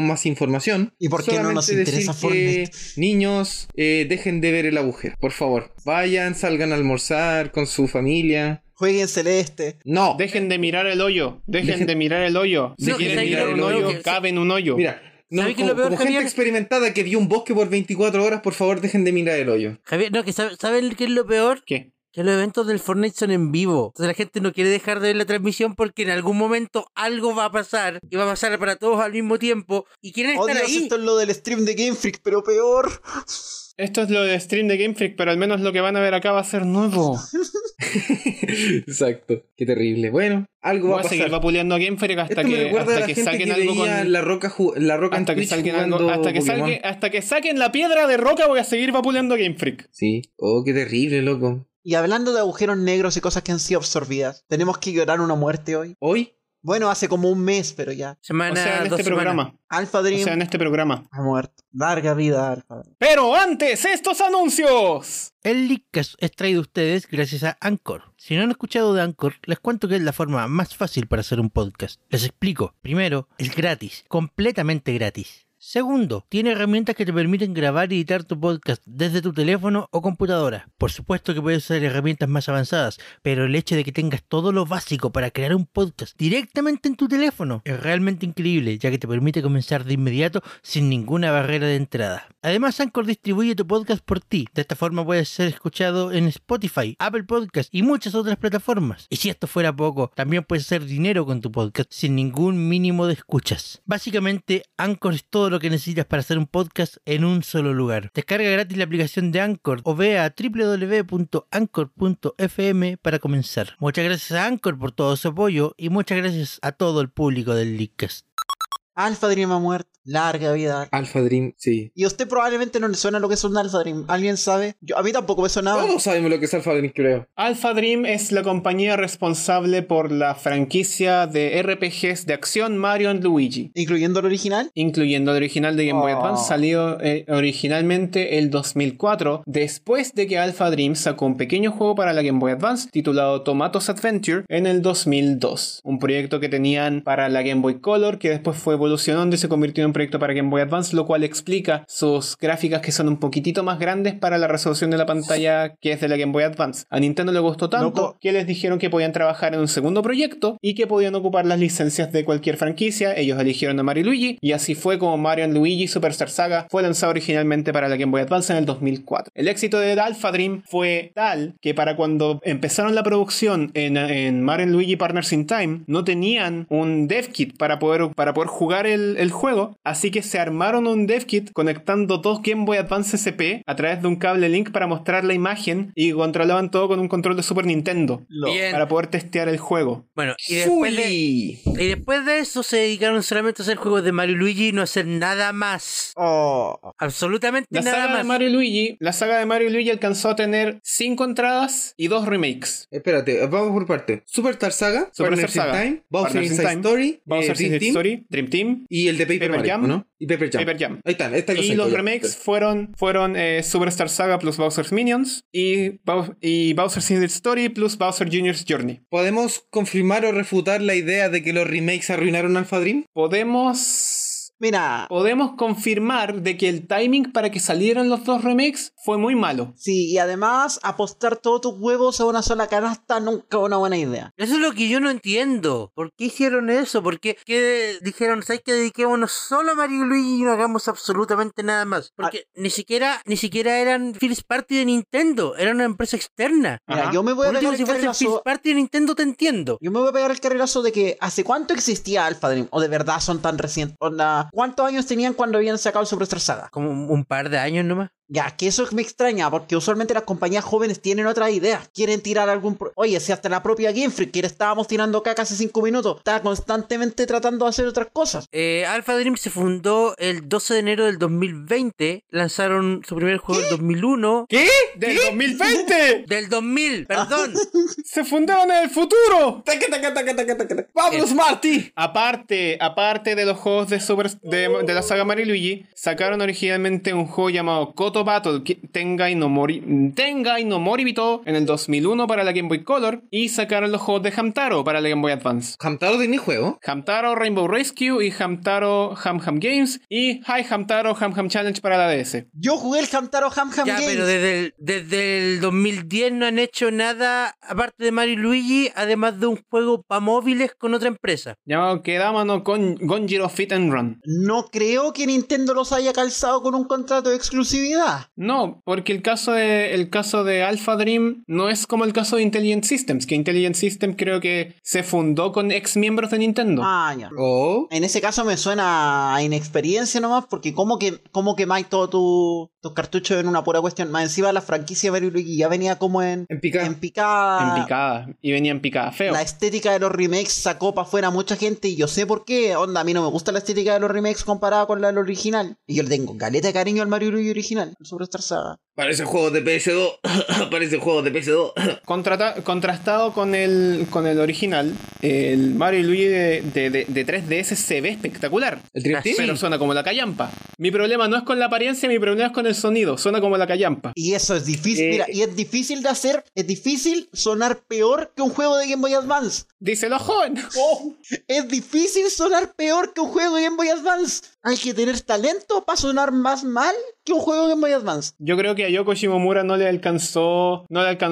información. ¿Y por qué no nos interesa Fortnite? Niños, dejen de ver el agujero, por favor. Vayan, salgan a almorzar con su familia. Jueguen Celeste. No. Dejen de mirar el hoyo. Dejen de mirar el hoyo. Si quieren mirar un hoyo, caben un hoyo. Mira. No, como peor, gente Javier? experimentada que vio un bosque por 24 horas, por favor, dejen de mirar el hoyo. Javier, no, que ¿saben qué es lo peor? ¿Qué? Que los eventos del Fortnite son en vivo. Entonces la gente no quiere dejar de ver la transmisión porque en algún momento algo va a pasar. Y va a pasar para todos al mismo tiempo. Y quieren estar Dios, ahí. esto es lo del stream de Game Freak, pero peor. Esto es lo de stream de Game Freak, pero al menos lo que van a ver acá va a ser nuevo. Exacto. Qué terrible. Bueno, algo va a pasar. Voy a seguir vapuleando a Game Freak hasta que saquen algo con... La Roca hasta que saquen algo, hasta que saquen la piedra de Roca voy a seguir vapuleando a Game Freak. Sí. Oh, qué terrible, loco. Y hablando de agujeros negros y cosas que han sido absorbidas, ¿tenemos que llorar una muerte hoy? ¿Hoy? Bueno, hace como un mes, pero ya. En este programa. Alpha Dream en este programa. ha muerto. Larga vida, Alpha Dream. Pero antes, estos anuncios. El Leakcast es traído a ustedes gracias a Anchor. Si no han escuchado de Anchor, les cuento que es la forma más fácil para hacer un podcast. Les explico. Primero, es gratis, completamente gratis. Segundo, tiene herramientas que te permiten grabar y editar tu podcast desde tu teléfono o computadora. Por supuesto que puedes usar herramientas más avanzadas, pero el hecho de que tengas todo lo básico para crear un podcast directamente en tu teléfono es realmente increíble, ya que te permite comenzar de inmediato sin ninguna barrera de entrada. Además, Anchor distribuye tu podcast por ti. De esta forma puedes ser escuchado en Spotify, Apple Podcasts y muchas otras plataformas. Y si esto fuera poco, también puedes hacer dinero con tu podcast sin ningún mínimo de escuchas. Básicamente, Anchor es todo lo que necesitas para hacer un podcast en un solo lugar. Descarga gratis la aplicación de Anchor o ve a www.anchor.fm para comenzar. Muchas gracias a Anchor por todo su apoyo y muchas gracias a todo el público del Leakcast. Alpha Dream ha muerto. Larga vida. Alpha Dream, sí. Y a usted probablemente no le suena lo que es un Alpha Dream. ¿Alguien sabe? A mí tampoco me sonaba. Todos sabemos lo que es Alpha Dream, creo. Alpha Dream es la compañía responsable por la franquicia de RPGs de acción Mario & Luigi. ¿Incluyendo el original? Incluyendo el original de Game Boy Advance. Salió originalmente el 2004, después de que Alpha Dream sacó un pequeño juego para la Game Boy Advance titulado Tomatoes Adventure en el 2002. Un proyecto que tenían para la Game Boy Color que después fue evolucionando y se convirtió en un proyecto para Game Boy Advance, lo cual explica sus gráficas que son un poquitito más grandes para la resolución de la pantalla que es de la Game Boy Advance. A Nintendo le gustó tanto que les dijeron que podían trabajar en un segundo proyecto y que podían ocupar las licencias de cualquier franquicia. Ellos eligieron a Mario y Luigi y así fue como Mario & Luigi Superstar Saga fue lanzado originalmente para la Game Boy Advance en el 2004. El éxito de Alpha Dream fue tal que para cuando empezaron la producción en Mario & Luigi Partners in Time no tenían un dev kit para poder jugar el juego, así que se armaron un dev kit conectando dos Game Boy Advance SP a través de un cable link para mostrar la imagen y controlaban todo con un control de Super Nintendo para poder testear el juego. Bueno, y después de eso se dedicaron solamente a hacer juegos de Mario y Luigi y no hacer nada más. Absolutamente nada más. La saga de Mario y Luigi alcanzó a tener 5 entradas y 2 remakes. Espérate, vamos por parte. Superstar Saga, Partners in Time, Bowser Inside Story, Dream Team y el de Paper Jam, ¿no? Y Paper Jam. Ahí están y los remakes fueron Superstar Saga plus Bowser's Minions y Bowser's Inside Story plus Bowser Jr.'s Journey. ¿Podemos confirmar o refutar la idea de que los remakes arruinaron Alpha Dream? Podemos confirmar de que el timing para que salieran los dos remakes fue muy malo. Sí, y además apostar todos tus huevos a una sola canasta nunca es una buena idea. Eso es lo que yo no entiendo. ¿Por qué hicieron eso? ¿Por qué dijeron, ¿sabes que dediquémonos solo a Mario y Luigi y no hagamos absolutamente nada más? Porque ni siquiera eran First Party de Nintendo, era una empresa externa. Mira, yo me voy a pegar si fuese First Party de Nintendo te entiendo. Yo me voy a pegar el carrerazo de que ¿hace cuánto existía Alpha Dream? ¿O de verdad son tan recientes? ¿Cuántos años tenían cuando habían sacado el Superstar Saga? Como un par de años nomás. Ya, que eso me extraña, porque usualmente las compañías jóvenes tienen otra idea. Quieren tirar Oye, si hasta la propia Game Freak, que estábamos tirando caca hace 5 minutos, está constantemente tratando de hacer otras cosas. Alpha Dream se fundó el 12 de enero del 2020. Lanzaron su primer juego en el 2001. ¿Qué? ¿Del 2020? Del 2000, perdón. Se fundaron en el futuro. ¡Vamos, Marty! Aparte de los juegos de la saga Mario y Luigi, sacaron originalmente un juego llamado Koto Photo Battle Tengai no Moribito en el 2001 para la Game Boy Color, y sacaron los juegos de Hamtaro para la Game Boy Advance. ¿Hamtaro tenía juego? Hamtaro Rainbow Rescue y Hamtaro Ham Ham Games y Hi Hamtaro Ham Ham Challenge para la DS. Yo jugué el Hamtaro Ham Ham Games. Pero desde el 2010 no han hecho nada aparte de Mario y Luigi, además de un juego para móviles con otra empresa. Llamado Kedamano con Gonjiro Fit and Run. No creo que Nintendo los haya calzado con un contrato de exclusividad. No, porque el caso de Alpha Dream no es como el caso de Intelligent Systems, que Intelligent Systems creo que se fundó con ex miembros de Nintendo. Ah, ya. Oh. En ese caso me suena a inexperiencia nomás, porque ¿cómo quemáis todos tus cartuchos en una pura cuestión? Más encima la franquicia Mario y Luigi ya venía como en picada. En picada. Y venía en picada feo. La estética de los remakes sacó para afuera a mucha gente y yo sé por qué. Onda, a mí no me gusta la estética de los remakes comparada con la del original. Y yo le tengo caleta de cariño al Mario y Luigi original, el Superstar Saga. Parece juego de PS2. Parece juego de PS2. Contrastado con el original, el Mario y Luigi de 3DS se ve espectacular. ¿El Dream Team? Pero suena como la callampa. Mi problema no es con la apariencia, mi problema es con el sonido. Suena como la callampa. Y eso es difícil, mira, y es difícil de hacer, es difícil sonar peor que un juego de Game Boy Advance. Díselo, joven. Oh, es difícil sonar peor que un juego de Game Boy Advance. Hay que tener talento para sonar más mal que un juego de Game Boy Advance. Yo creo que a Yoko Shimomura no le alcanzó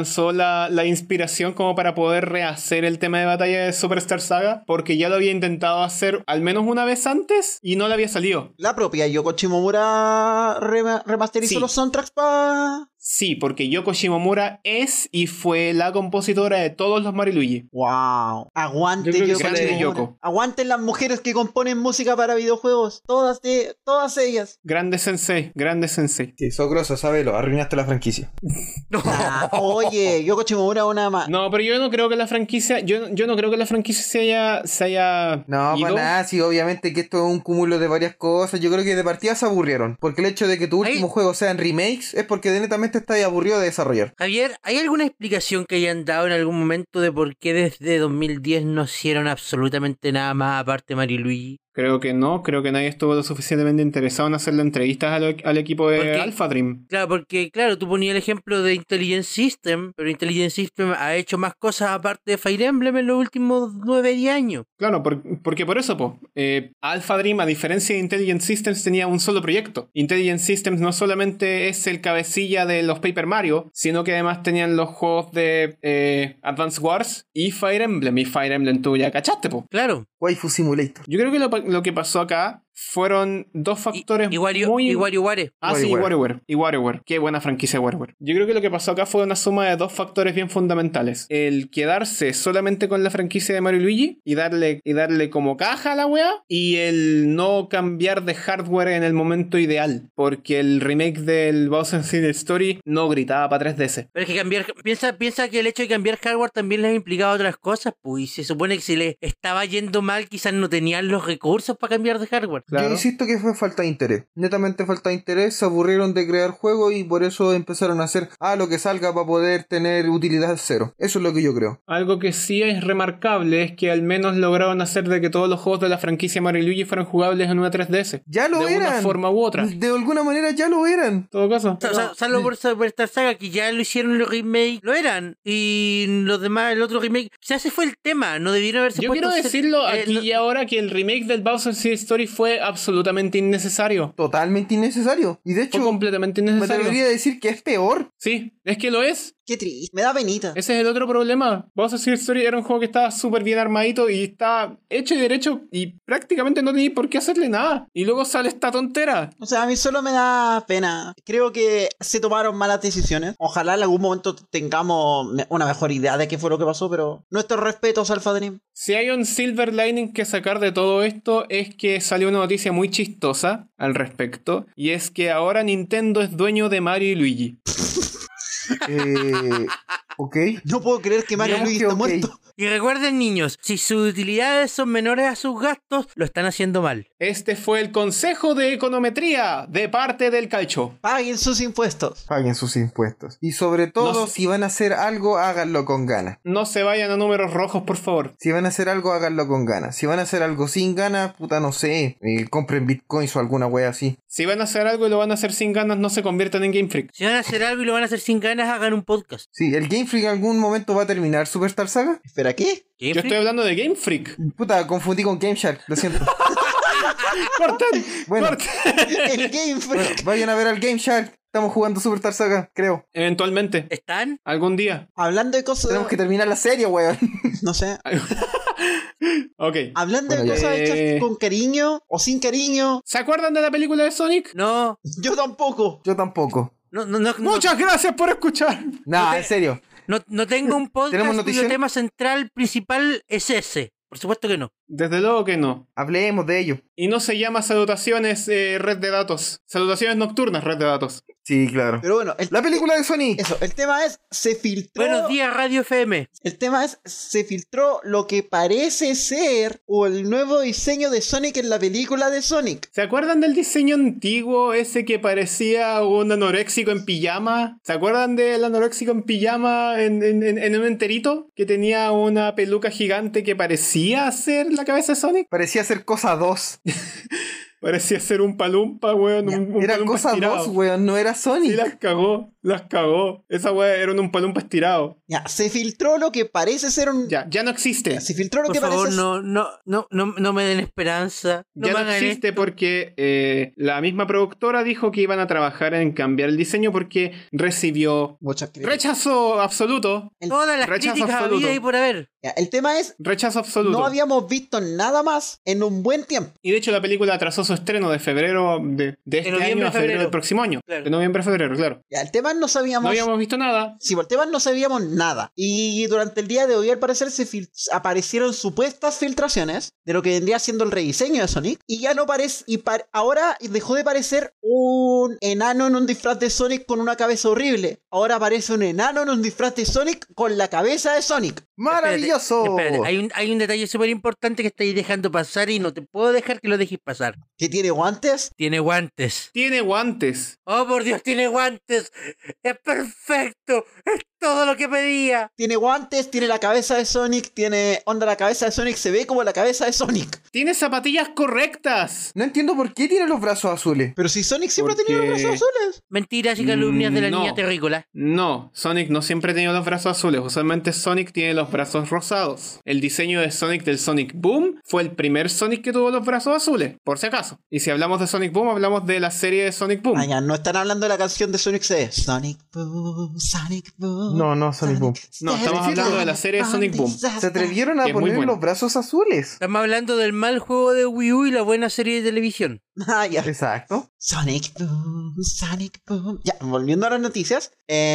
la inspiración como para poder rehacer el tema de batalla de Superstar Saga, porque ya lo había intentado hacer al menos una vez antes y no le había salido. La propia Yoko Shimomura remasterizó los soundtracks para... Sí, porque Yoko Shimomura es y fue la compositora de todos los Mario y Luigi. Wow. Aguante Yoko Shimomura. Aguanten las mujeres que componen música para videojuegos. Todas ellas. Grande sensei. Sí, sos grosso, sábelo. Arruinaste la franquicia. Oye, Yoko Shimomura una más. No, pero yo no creo que la franquicia... Yo no creo que la franquicia se haya No, ido. para nada. Sí, obviamente que esto es un cúmulo de varias cosas. Yo creo que de partida se aburrieron. Porque el hecho de que tu último juego sean remakes es porque netamente está aburrido de desarrollar. Javier, ¿hay alguna explicación que hayan dado en algún momento de por qué desde 2010 no hicieron absolutamente nada más aparte de Mario y Luigi? Creo que no, creo que nadie estuvo lo suficientemente interesado en hacerle entrevistas al equipo de Alpha Dream. Claro, porque tú ponías el ejemplo de Intelligent System, pero Intelligent System ha hecho más cosas aparte de Fire Emblem en los últimos 9-10 años. Claro, porque por eso, Alpha Dream, a diferencia de Intelligent Systems, tenía un solo proyecto. Intelligent Systems no solamente es el cabecilla de los Paper Mario, sino que además tenían los juegos de Advance Wars y Fire Emblem. Y Fire Emblem tú ya cachaste, po. Claro. Waifu Simulator. Yo creo que lo que pasó acá fueron dos factores y WarioWare. Sí, WarioWare. Qué buena franquicia WarioWare. Yo creo que lo que pasó acá fue una suma de dos factores bien fundamentales. El quedarse solamente con la franquicia de Mario y Luigi y darle como caja a la wea, y el no cambiar de hardware en el momento ideal, porque el remake del Bowser's Inside Story no gritaba para 3DS. Pero es que piensa que el hecho de cambiar hardware también les ha implicado otras cosas, pues, y se supone que si les estaba yendo mal quizás no tenían los recursos para cambiar de hardware. Claro. Yo insisto que fue falta de interés. Netamente falta de interés, se aburrieron de crear juegos y por eso empezaron a hacer lo que salga para poder tener utilidad cero. Eso es lo que yo creo. Algo que sí es remarcable es que al menos lograron hacer de que todos los juegos de la franquicia Mario y Luigi fueran jugables en una 3DS. Ya lo eran. De una forma u otra. De alguna manera ya lo eran. En todo caso. Salvo por Superstar Saga, que ya lo hicieron los remakes, lo eran. Y los demás, el otro remake, quizás ese fue el tema. No debieron haberse Yo puesto... quiero decirlo aquí y ahora, que el remake del Bowser's Inside Story fue absolutamente innecesario. Totalmente innecesario. Y de hecho, fue completamente innecesario. Me atrevería a decir que es peor. Sí, es que lo es. Qué triste, me da penita. Ese es el otro problema. Bowser's Inside Story era un juego que estaba súper bien armadito y estaba hecho y derecho y prácticamente no tenía por qué hacerle nada. Y luego sale esta tontera. O sea, a mí solo me da pena. Creo que se tomaron malas decisiones. Ojalá en algún momento tengamos una mejor idea de qué fue lo que pasó, pero nuestros respetos, Alpha Dream. Si hay un silver lining que sacar de todo esto, es que salió una noticia muy chistosa al respecto, y es que ahora Nintendo es dueño de Mario y Luigi. Ok. No puedo creer que Mario y Luigi está muerto. Y recuerden, niños, si sus utilidades son menores a sus gastos, lo están haciendo mal. Este fue el consejo de econometría de parte del Calcho. Paguen sus impuestos. Paguen sus impuestos. Y sobre todo, si van a hacer algo, háganlo con ganas. No se vayan a números rojos, por favor. Si van a hacer algo, háganlo con ganas. Si van a hacer algo sin ganas, puta, no sé, compren bitcoins o alguna wea así. Si van a hacer algo y lo van a hacer sin ganas, no se conviertan en Game Freak. Si van a hacer algo y lo van a hacer sin ganas, hagan un podcast. Sí, ¿el Game Freak en algún momento va a terminar Superstar Saga? ¿Espera qué? ¿Game Yo Freak? estoy hablando de Game Freak. Puta, confundí con Game Shark, lo siento. ¡Corten! Bueno. ¡Corten! El Game Freak. Bueno, vayan a ver al Game Shark. Estamos jugando Superstar Saga, creo. Eventualmente. ¿Están? Algún día. Hablando de cosas... Tenemos que terminar la serie, weón. No sé. Ok. Hablando Bueno, de ya. cosas hechas con cariño o sin cariño, ¿Se acuerdan de la película de Sonic? No. yo tampoco. Yo tampoco. No, Muchas gracias por escuchar. Nah, en serio. no tengo un podcast ¿Tenemos cuyo noticia? tema central principal es ese. Por supuesto que no. Desde luego que no. Hablemos de ello. Y no se llama salutaciones red de datos. Salutaciones nocturnas red de datos. Sí, claro. Pero bueno, La película de Sonic. eso, el tema es, se filtró... Buenos días, Radio FM. El tema es, se filtró lo que parece ser o el nuevo diseño de Sonic en la película de Sonic. ¿Se acuerdan del diseño antiguo ese que parecía un anoréxico en pijama? ¿Se acuerdan del anoréxico en pijama en un enterito? Que tenía una peluca gigante que parecía ser la cabeza de Sonic. Parecía ser cosa 2. Parecía ser un palumpa, weón. Un Era palumpa cosa estirado. 2, weón. No era Sonic. Sí, las cagó. Esa weá era un palumpa estirado. Ya, se filtró lo que parece ser un... Ya no existe. Se filtró lo Por que favor, parece... no me den esperanza. Ya me no hagan existe esto. porque la misma productora dijo que iban a trabajar en cambiar el diseño porque recibió Muchas críticas. rechazo absoluto. Todas las Rechazo críticas absoluto. habidas y por haber. Ya, el tema es, Rechazo absoluto. no habíamos visto nada más en un buen tiempo. Y de hecho la película atrasó su estreno de febrero de este noviembre año a a febrero febrero. del próximo año. Claro. De noviembre a febrero, claro. Ya, el tema no sabíamos... No habíamos visto nada. Sí, por el tema no sabíamos nada. Y durante el día de hoy, al parecer, aparecieron supuestas filtraciones de lo que vendría siendo el rediseño de Sonic. Y ya no parece... ahora dejó de parecer un enano en un disfraz de Sonic con una cabeza horrible. Ahora aparece un enano en un disfraz de Sonic con la cabeza de Sonic. ¡Maravilloso! Espérate, hay un detalle súper importante que estáis dejando pasar y no te puedo dejar que lo dejes pasar. ¿Que tiene guantes? Tiene guantes. Tiene guantes. Oh, por Dios, tiene guantes. Es perfecto. Es todo lo que pedía. Tiene guantes, tiene la cabeza de Sonic, tiene... Onda, la cabeza de Sonic se ve como la cabeza de Sonic. Tiene zapatillas correctas. No entiendo por qué tiene los brazos azules. Pero si Sonic siempre Porque- ha tenido los brazos azules. Mentiras y calumnias de la No. niña terrícola. No, Sonic no siempre ha tenido los brazos azules. Usualmente Sonic tiene los brazos rosados. El diseño de Sonic del Sonic Boom fue el primer Sonic que tuvo los brazos azules, por si acaso. Y si hablamos de Sonic Boom, hablamos de la serie de Sonic Boom. Ah, ya, no están hablando de la canción de Sonic CD. Sonic Boom, Sonic Boom. No, Sonic Boom. No, estamos hablando de la serie de Sonic Boom. Se atrevieron a Que es muy poner bueno. los brazos azules. Estamos hablando del mal juego de Wii U y la buena serie de televisión. Ah, ya. Exacto. Sonic Boom, Sonic Boom. Ya, volviendo a las noticias.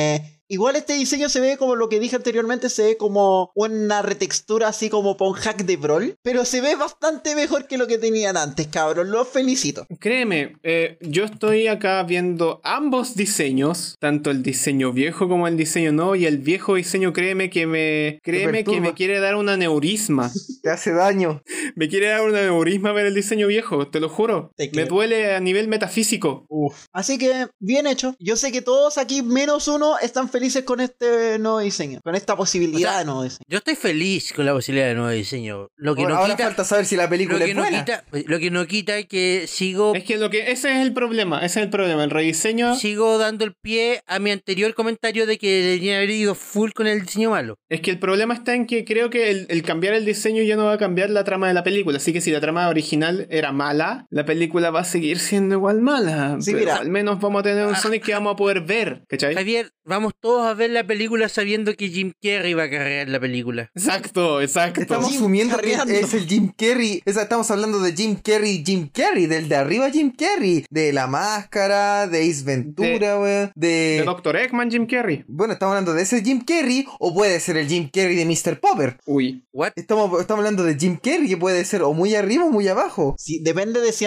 Igual este diseño se ve como lo que dije anteriormente, se ve como una retextura así como para un hack de Brawl. Pero se ve bastante mejor que lo que tenían antes, cabrón. Los felicito. Créeme, yo estoy acá viendo ambos diseños, tanto el diseño viejo como el diseño nuevo, y el viejo diseño, créeme que me perturba. quiere dar un aneurisma. Te hace daño. Me quiere dar un aneurisma ver el diseño viejo, te lo juro. Te Me creo. duele a nivel metafísico. Así que, bien hecho. Yo sé que todos aquí, menos uno, están felices con este nuevo diseño. Con esta posibilidad O sea, de nuevo diseño. Yo estoy feliz con la posibilidad de nuevo diseño. Lo que Ahora, no ahora quita, falta saber si la lo película que es no buena. quita, lo que no quita que sigo Es que ese es el problema, el rediseño. sigo dando el pie a mi anterior comentario de que debería haber ido full con el diseño malo. Es que el problema está en que creo que el cambiar el diseño ya no va a cambiar la trama de la película. Así que si la trama original era mala, la película va a seguir siendo igual mala. Sí, Pero mira. al menos vamos a tener un Sonic que vamos a poder ver, ¿cachai? Javier, vamos todos a ver la película sabiendo que Jim Carrey va a cargar la película. Exacto. Estamos Jim asumiendo que Carreando. es el Jim Carrey. Estamos hablando de Jim Carrey, del de arriba Jim Carrey. De La Máscara, de Ace Ventura, weón. De Dr. Eggman, Jim Carrey. Bueno, estamos hablando de ese Jim Carrey, o puede ser el Jim Carrey de Mr. Popper. Uy. What? Estamos hablando de Jim Carrey, que puede ser o muy arriba o muy abajo. Sí, depende de si anda con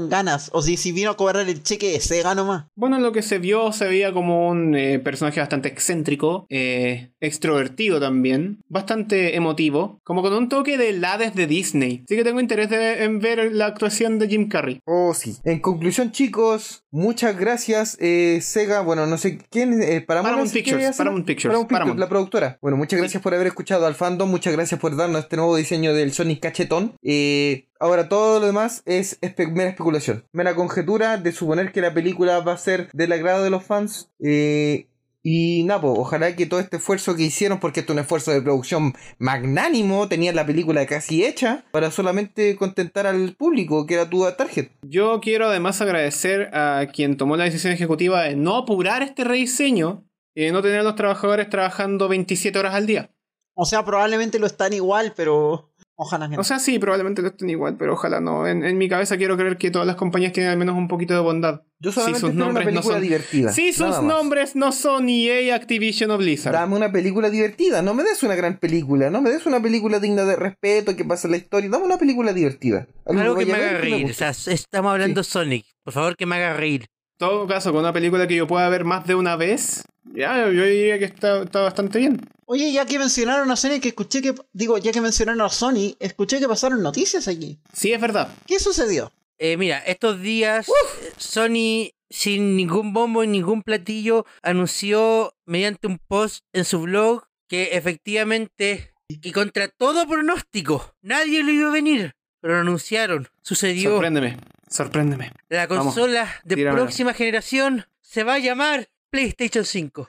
con ganas. O si vino a cobrar el cheque de Sega nomás. Bueno, lo que se veía como un personaje bastante excéntrico, extrovertido también, bastante emotivo, como con un toque de Hades de Disney. Así que tengo interés en ver la actuación de Jim Carrey. Oh, sí. En conclusión, chicos, muchas gracias, Sega. Bueno, no sé quién, Paramount Pictures, la productora. Bueno, muchas gracias por haber escuchado al fandom. Muchas gracias por darnos este nuevo diseño del Sonic Cachetón. Ahora todo lo demás es mera especulación, mera conjetura de suponer que la película va a ser del agrado de los fans. Y nada, pues, ojalá que todo este esfuerzo que hicieron, porque esto es un esfuerzo de producción magnánimo, tenían la película casi hecha para solamente contentar al público, que era tu target. Yo quiero además agradecer a quien tomó la decisión ejecutiva de no apurar este rediseño y de no tener a los trabajadores trabajando 27 horas al día. O sea, probablemente lo están igual, pero ojalá que no. O sea, sí, probablemente lo estén igual, pero ojalá no. En mi cabeza quiero creer que todas las compañías tienen al menos un poquito de bondad. Yo solamente espero una película divertida. Si sus nombres no son EA, Activision o Blizzard. Dame una película divertida, no me des una gran película, no me des una película digna de respeto, que pase la historia, dame una película divertida. Algo que me haga reír, o sea, estamos hablando de Sonic, por favor que me haga reír. En todo caso, con una película que yo pueda ver más de una vez, ya, yo diría que está bastante bien. Oye, ya que mencionaron a Sony, ya que mencionaron a Sony, escuché que pasaron noticias aquí. Sí, es verdad. ¿Qué sucedió? Mira, estos días Sony, sin ningún bombo y ningún platillo, anunció mediante un post en su blog que efectivamente, y contra todo pronóstico, nadie lo iba a venir, pero lo anunciaron. Sucedió. Sorpréndeme. La consola de próxima generación se va a llamar PlayStation 5.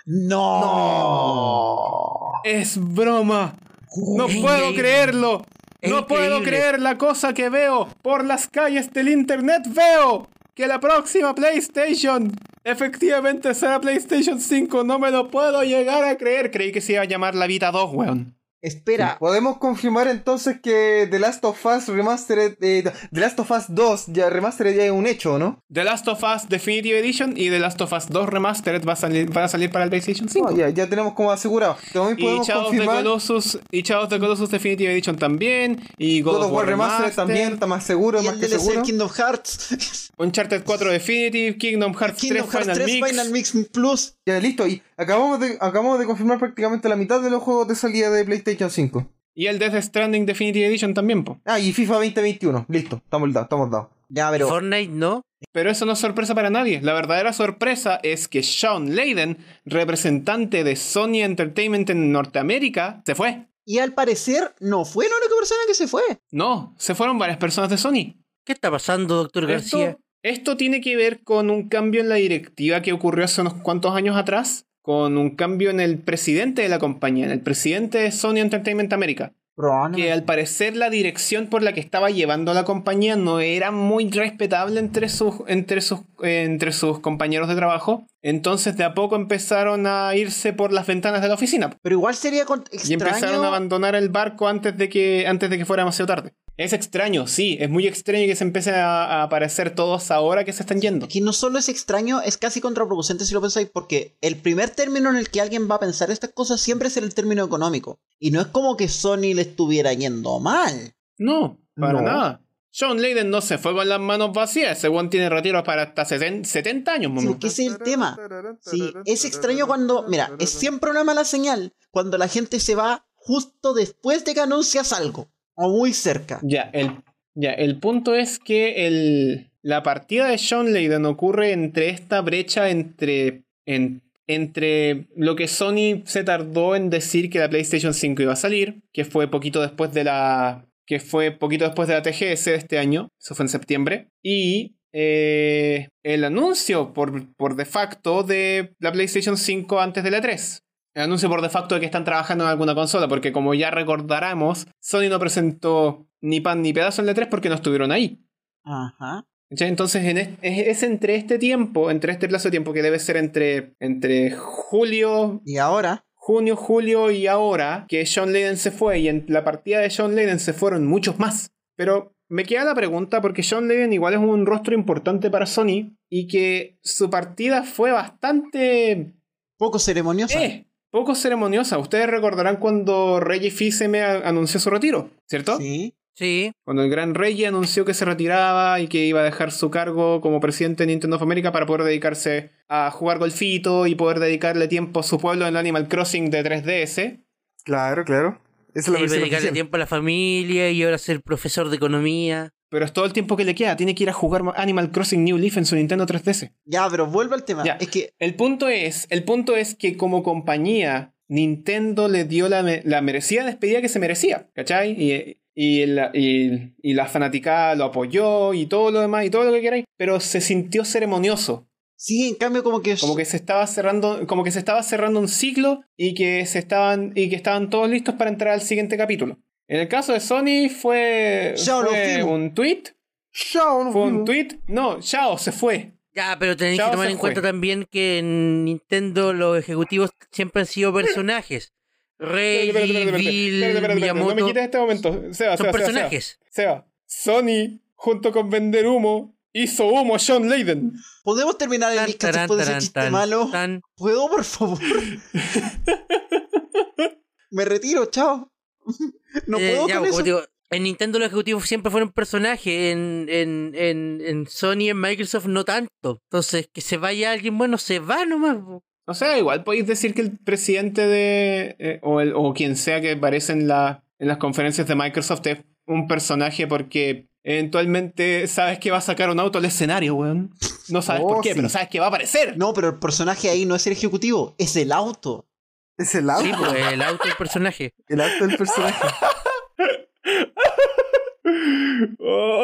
¡No! Es broma. No puedo creerlo. No puedo creer la cosa que veo. Por las calles del internet veo que la próxima PlayStation efectivamente será PlayStation 5. No me lo puedo llegar a creer. Creí que se iba a llamar la Vita 2, weón. Espera. Sí, podemos confirmar entonces que The Last of Us Remastered, The Last of Us 2 ya Remastered ya es un hecho, ¿no? The Last of Us Definitive Edition y The Last of Us 2 Remastered van a salir para el PlayStation 5. No, ya tenemos como asegurado. También podemos confirmar. Y Shadow of the Colossus Definitive Edition también. Y God of War Remastered también, está más seguro, más que seguro. Kingdom Hearts. Uncharted 4 Definitive, Kingdom Hearts 3 Final Mix Plus. Ya, listo. Y acabamos de confirmar prácticamente la mitad de los juegos de salida de PlayStation 5. Y el Death Stranding Definitive Edition también, po. Y FIFA 2021. Listo, estamos dados. Ya, pero Fortnite no. Pero eso no es sorpresa para nadie. La verdadera sorpresa es que Shawn Layden, representante de Sony Entertainment en Norteamérica, se fue. Y al parecer no fue la única persona que se fue. No, se fueron varias personas de Sony. ¿Qué está pasando, doctor García? Esto tiene que ver con un cambio en la directiva que ocurrió hace unos cuantos años atrás, con un cambio en el presidente de la compañía, en el presidente de Sony Entertainment America. Que al parecer la dirección por la que estaba llevando la compañía no era muy respetable entre sus compañeros de trabajo. Entonces de a poco empezaron a irse por las ventanas de la oficina. Pero igual sería extraño. Y empezaron a abandonar el barco antes de que fuera demasiado tarde. Es extraño, sí, es muy extraño que se empiecen a aparecer todos ahora que se están yendo. Que no solo es extraño, es casi contraproducente si lo pensáis, porque el primer término en el que alguien va a pensar estas cosas siempre es el término económico. Y no es como que Sony le estuviera yendo mal. No, para nada. Shawn Layden no se fue con las manos vacías. Ese one tiene retiro para hasta 70 años, sí, porque ese es el tema. Sí, es extraño cuando... Mira, es siempre una mala señal cuando la gente se va justo después de que anuncias algo. O muy cerca. El punto es que la partida de Shawn Layden ocurre entre esta brecha entre lo que Sony se tardó en decir que la PlayStation 5 iba a salir, que fue poquito después de la TGS de este año, eso fue en septiembre, y el anuncio por de facto de la PlayStation 5 antes de la E3. El anuncio por de facto de que están trabajando en alguna consola, porque como ya recordaremos, Sony no presentó ni pan ni pedazo en la E3 porque no estuvieron ahí. Ajá. Entonces es entre este plazo de tiempo que debe ser entre julio... ¿Y ahora? Junio, julio y ahora que Shawn Layden se fue, y en la partida de Shawn Layden se fueron muchos más. Pero me queda la pregunta, porque Shawn Layden igual es un rostro importante para Sony, y que su partida fue bastante... Poco ceremoniosa. Poco ceremoniosa. Ustedes recordarán cuando Reggie Fils-Aimé anunció su retiro, ¿cierto? Sí. Sí. Cuando el gran Reggie anunció que se retiraba y que iba a dejar su cargo como presidente de Nintendo of America para poder dedicarse a jugar golfito y poder dedicarle tiempo a su pueblo en el Animal Crossing de 3DS. Claro. Esa es la versión dedicarle oficial. tiempo a la familia y ahora ser profesor de economía. Pero es todo el tiempo que le queda. Tiene que ir a jugar Animal Crossing New Leaf en su Nintendo 3DS. Ya, pero vuelvo al tema. Ya. Es que El punto es que como compañía, Nintendo le dio la merecida despedida que se merecía, ¿cachai? Y la fanaticada lo apoyó y todo lo demás y todo lo que queráis, pero se sintió ceremonioso. sí, en cambio como que Se estaba cerrando un ciclo y que estaban todos listos para entrar al siguiente capítulo. En el caso de Sony fue un tweet. No, Shao se fue. Ya, pero tenéis Chao, que tomar se en fue. cuenta también que en Nintendo los ejecutivos siempre han sido personajes. Rey, Bill, Espérate. Miyamoto. No me quites este momento. Son personajes. Seba. Sony, junto con vender humo, hizo humo a John Layden. ¿podemos terminar el disco después de ese chiste malo? ¿Puedo, por favor? Me retiro, chao. No puedo ya, con como eso. digo, en Nintendo los ejecutivos siempre fueron personajes, en Sony y en Microsoft no tanto. Entonces, que se vaya alguien bueno, se va nomás. O sea, igual podéis decir que el presidente o quien sea que aparece en las conferencias de Microsoft es un personaje porque eventualmente sabes que va a sacar un auto al escenario, weón. No sabes por qué, sí. pero sabes que va a aparecer. No, pero el personaje ahí no es el ejecutivo, es el auto. Es el auto. Sí, pues el auto del personaje. El auto del personaje. Oh.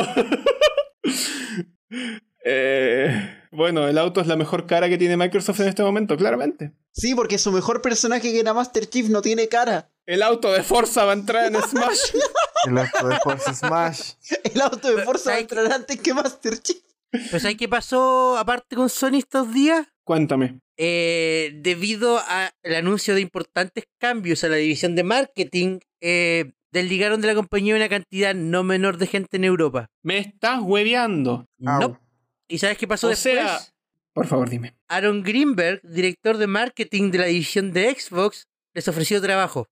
Bueno, el auto es la mejor cara que tiene Microsoft en este momento, claramente. Sí, porque su mejor personaje que era Master Chief no tiene cara. El auto de Forza va a entrar en Smash. El auto de Force Smash. El auto de Forza va a ¿sabes entrar antes que Master Chief. Pues ¿sabes qué pasó aparte con Sony estos días? Cuéntame. Debido al anuncio de importantes cambios a la división de marketing, desligaron de la compañía una cantidad no menor de gente en Europa. Me estás hueveando. No. ¿Y sabes qué pasó O después? sea, por favor, dime. Aaron Greenberg, director de marketing de la división de Xbox, les ofreció trabajo.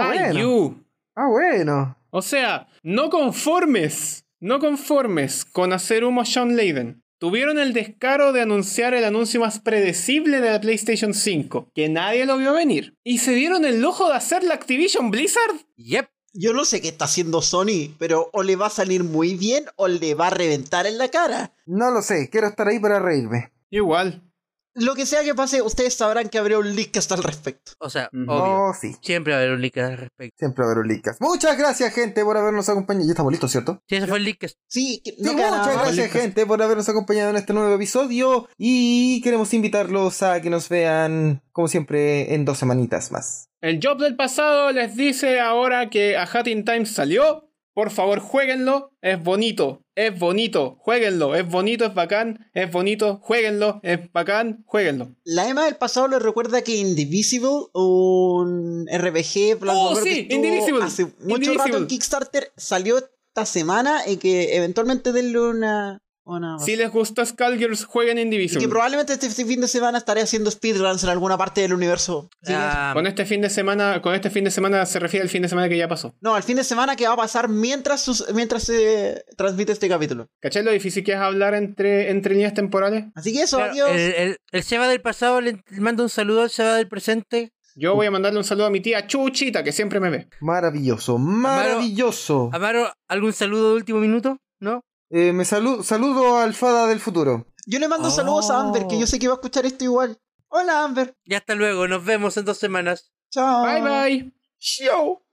Bueno. O sea, no conformes con hacer humo a John Layden. Tuvieron el descaro de anunciar el anuncio más predecible de la PlayStation 5, que nadie lo vio venir. Y se dieron el lujo de hacer la Activision Blizzard. Yep. Yo no sé qué está haciendo Sony, pero o le va a salir muy bien o le va a reventar en la cara. No lo sé, quiero estar ahí para reírme. Igual. Lo que sea que pase, ustedes sabrán que habrá un leak hasta al respecto. O sea, Ujú. obvio. Oh, sí. Siempre va a haber un leak al respecto. Siempre va a haber un leak. Muchas gracias, gente, por habernos acompañado. Ya estamos listos, ¿cierto? Sí, ese fue el leak. Sí, Sí, no queda nada muchas más. gracias, gente, por habernos acompañado en este nuevo episodio. Y queremos invitarlos a que nos vean, como siempre, en 2 semanitas más. El job del pasado les dice ahora que A Hat in Time salió. Por favor, jueguenlo. Es bonito. Jueguenlo. Es bonito, es bacán. Es bonito, jueguenlo. Es bacán, jueguenlo. La Emma del pasado le recuerda que Indivisible, un RPG Sí, Indivisible. hace mucho Indivisible. rato en Kickstarter, salió esta semana y que eventualmente denle una Si les gusta Skullgirls, jueguen y Indivisible. que probablemente este fin de semana estaré haciendo speedruns en alguna parte del universo. Sí, Con este fin de semana se refiere al fin de semana que ya pasó. no, al fin de semana que va a pasar mientras se transmite este capítulo. ¿Cachai lo difícil que es hablar entre líneas temporales? Así que eso, Claro, adiós. el Seba del pasado le manda un saludo al Seba del presente. Yo voy a mandarle un saludo a mi tía Chuchita, que siempre me ve. Maravilloso, maravilloso. Amaro, ¿algún saludo de último minuto? ¿No? Me saludo al Fada del futuro. Yo le mando saludos a Amber, que yo sé que va a escuchar esto igual. Hola, Amber. Ya hasta luego, nos vemos en 2 semanas. Chao. Bye bye. Chao.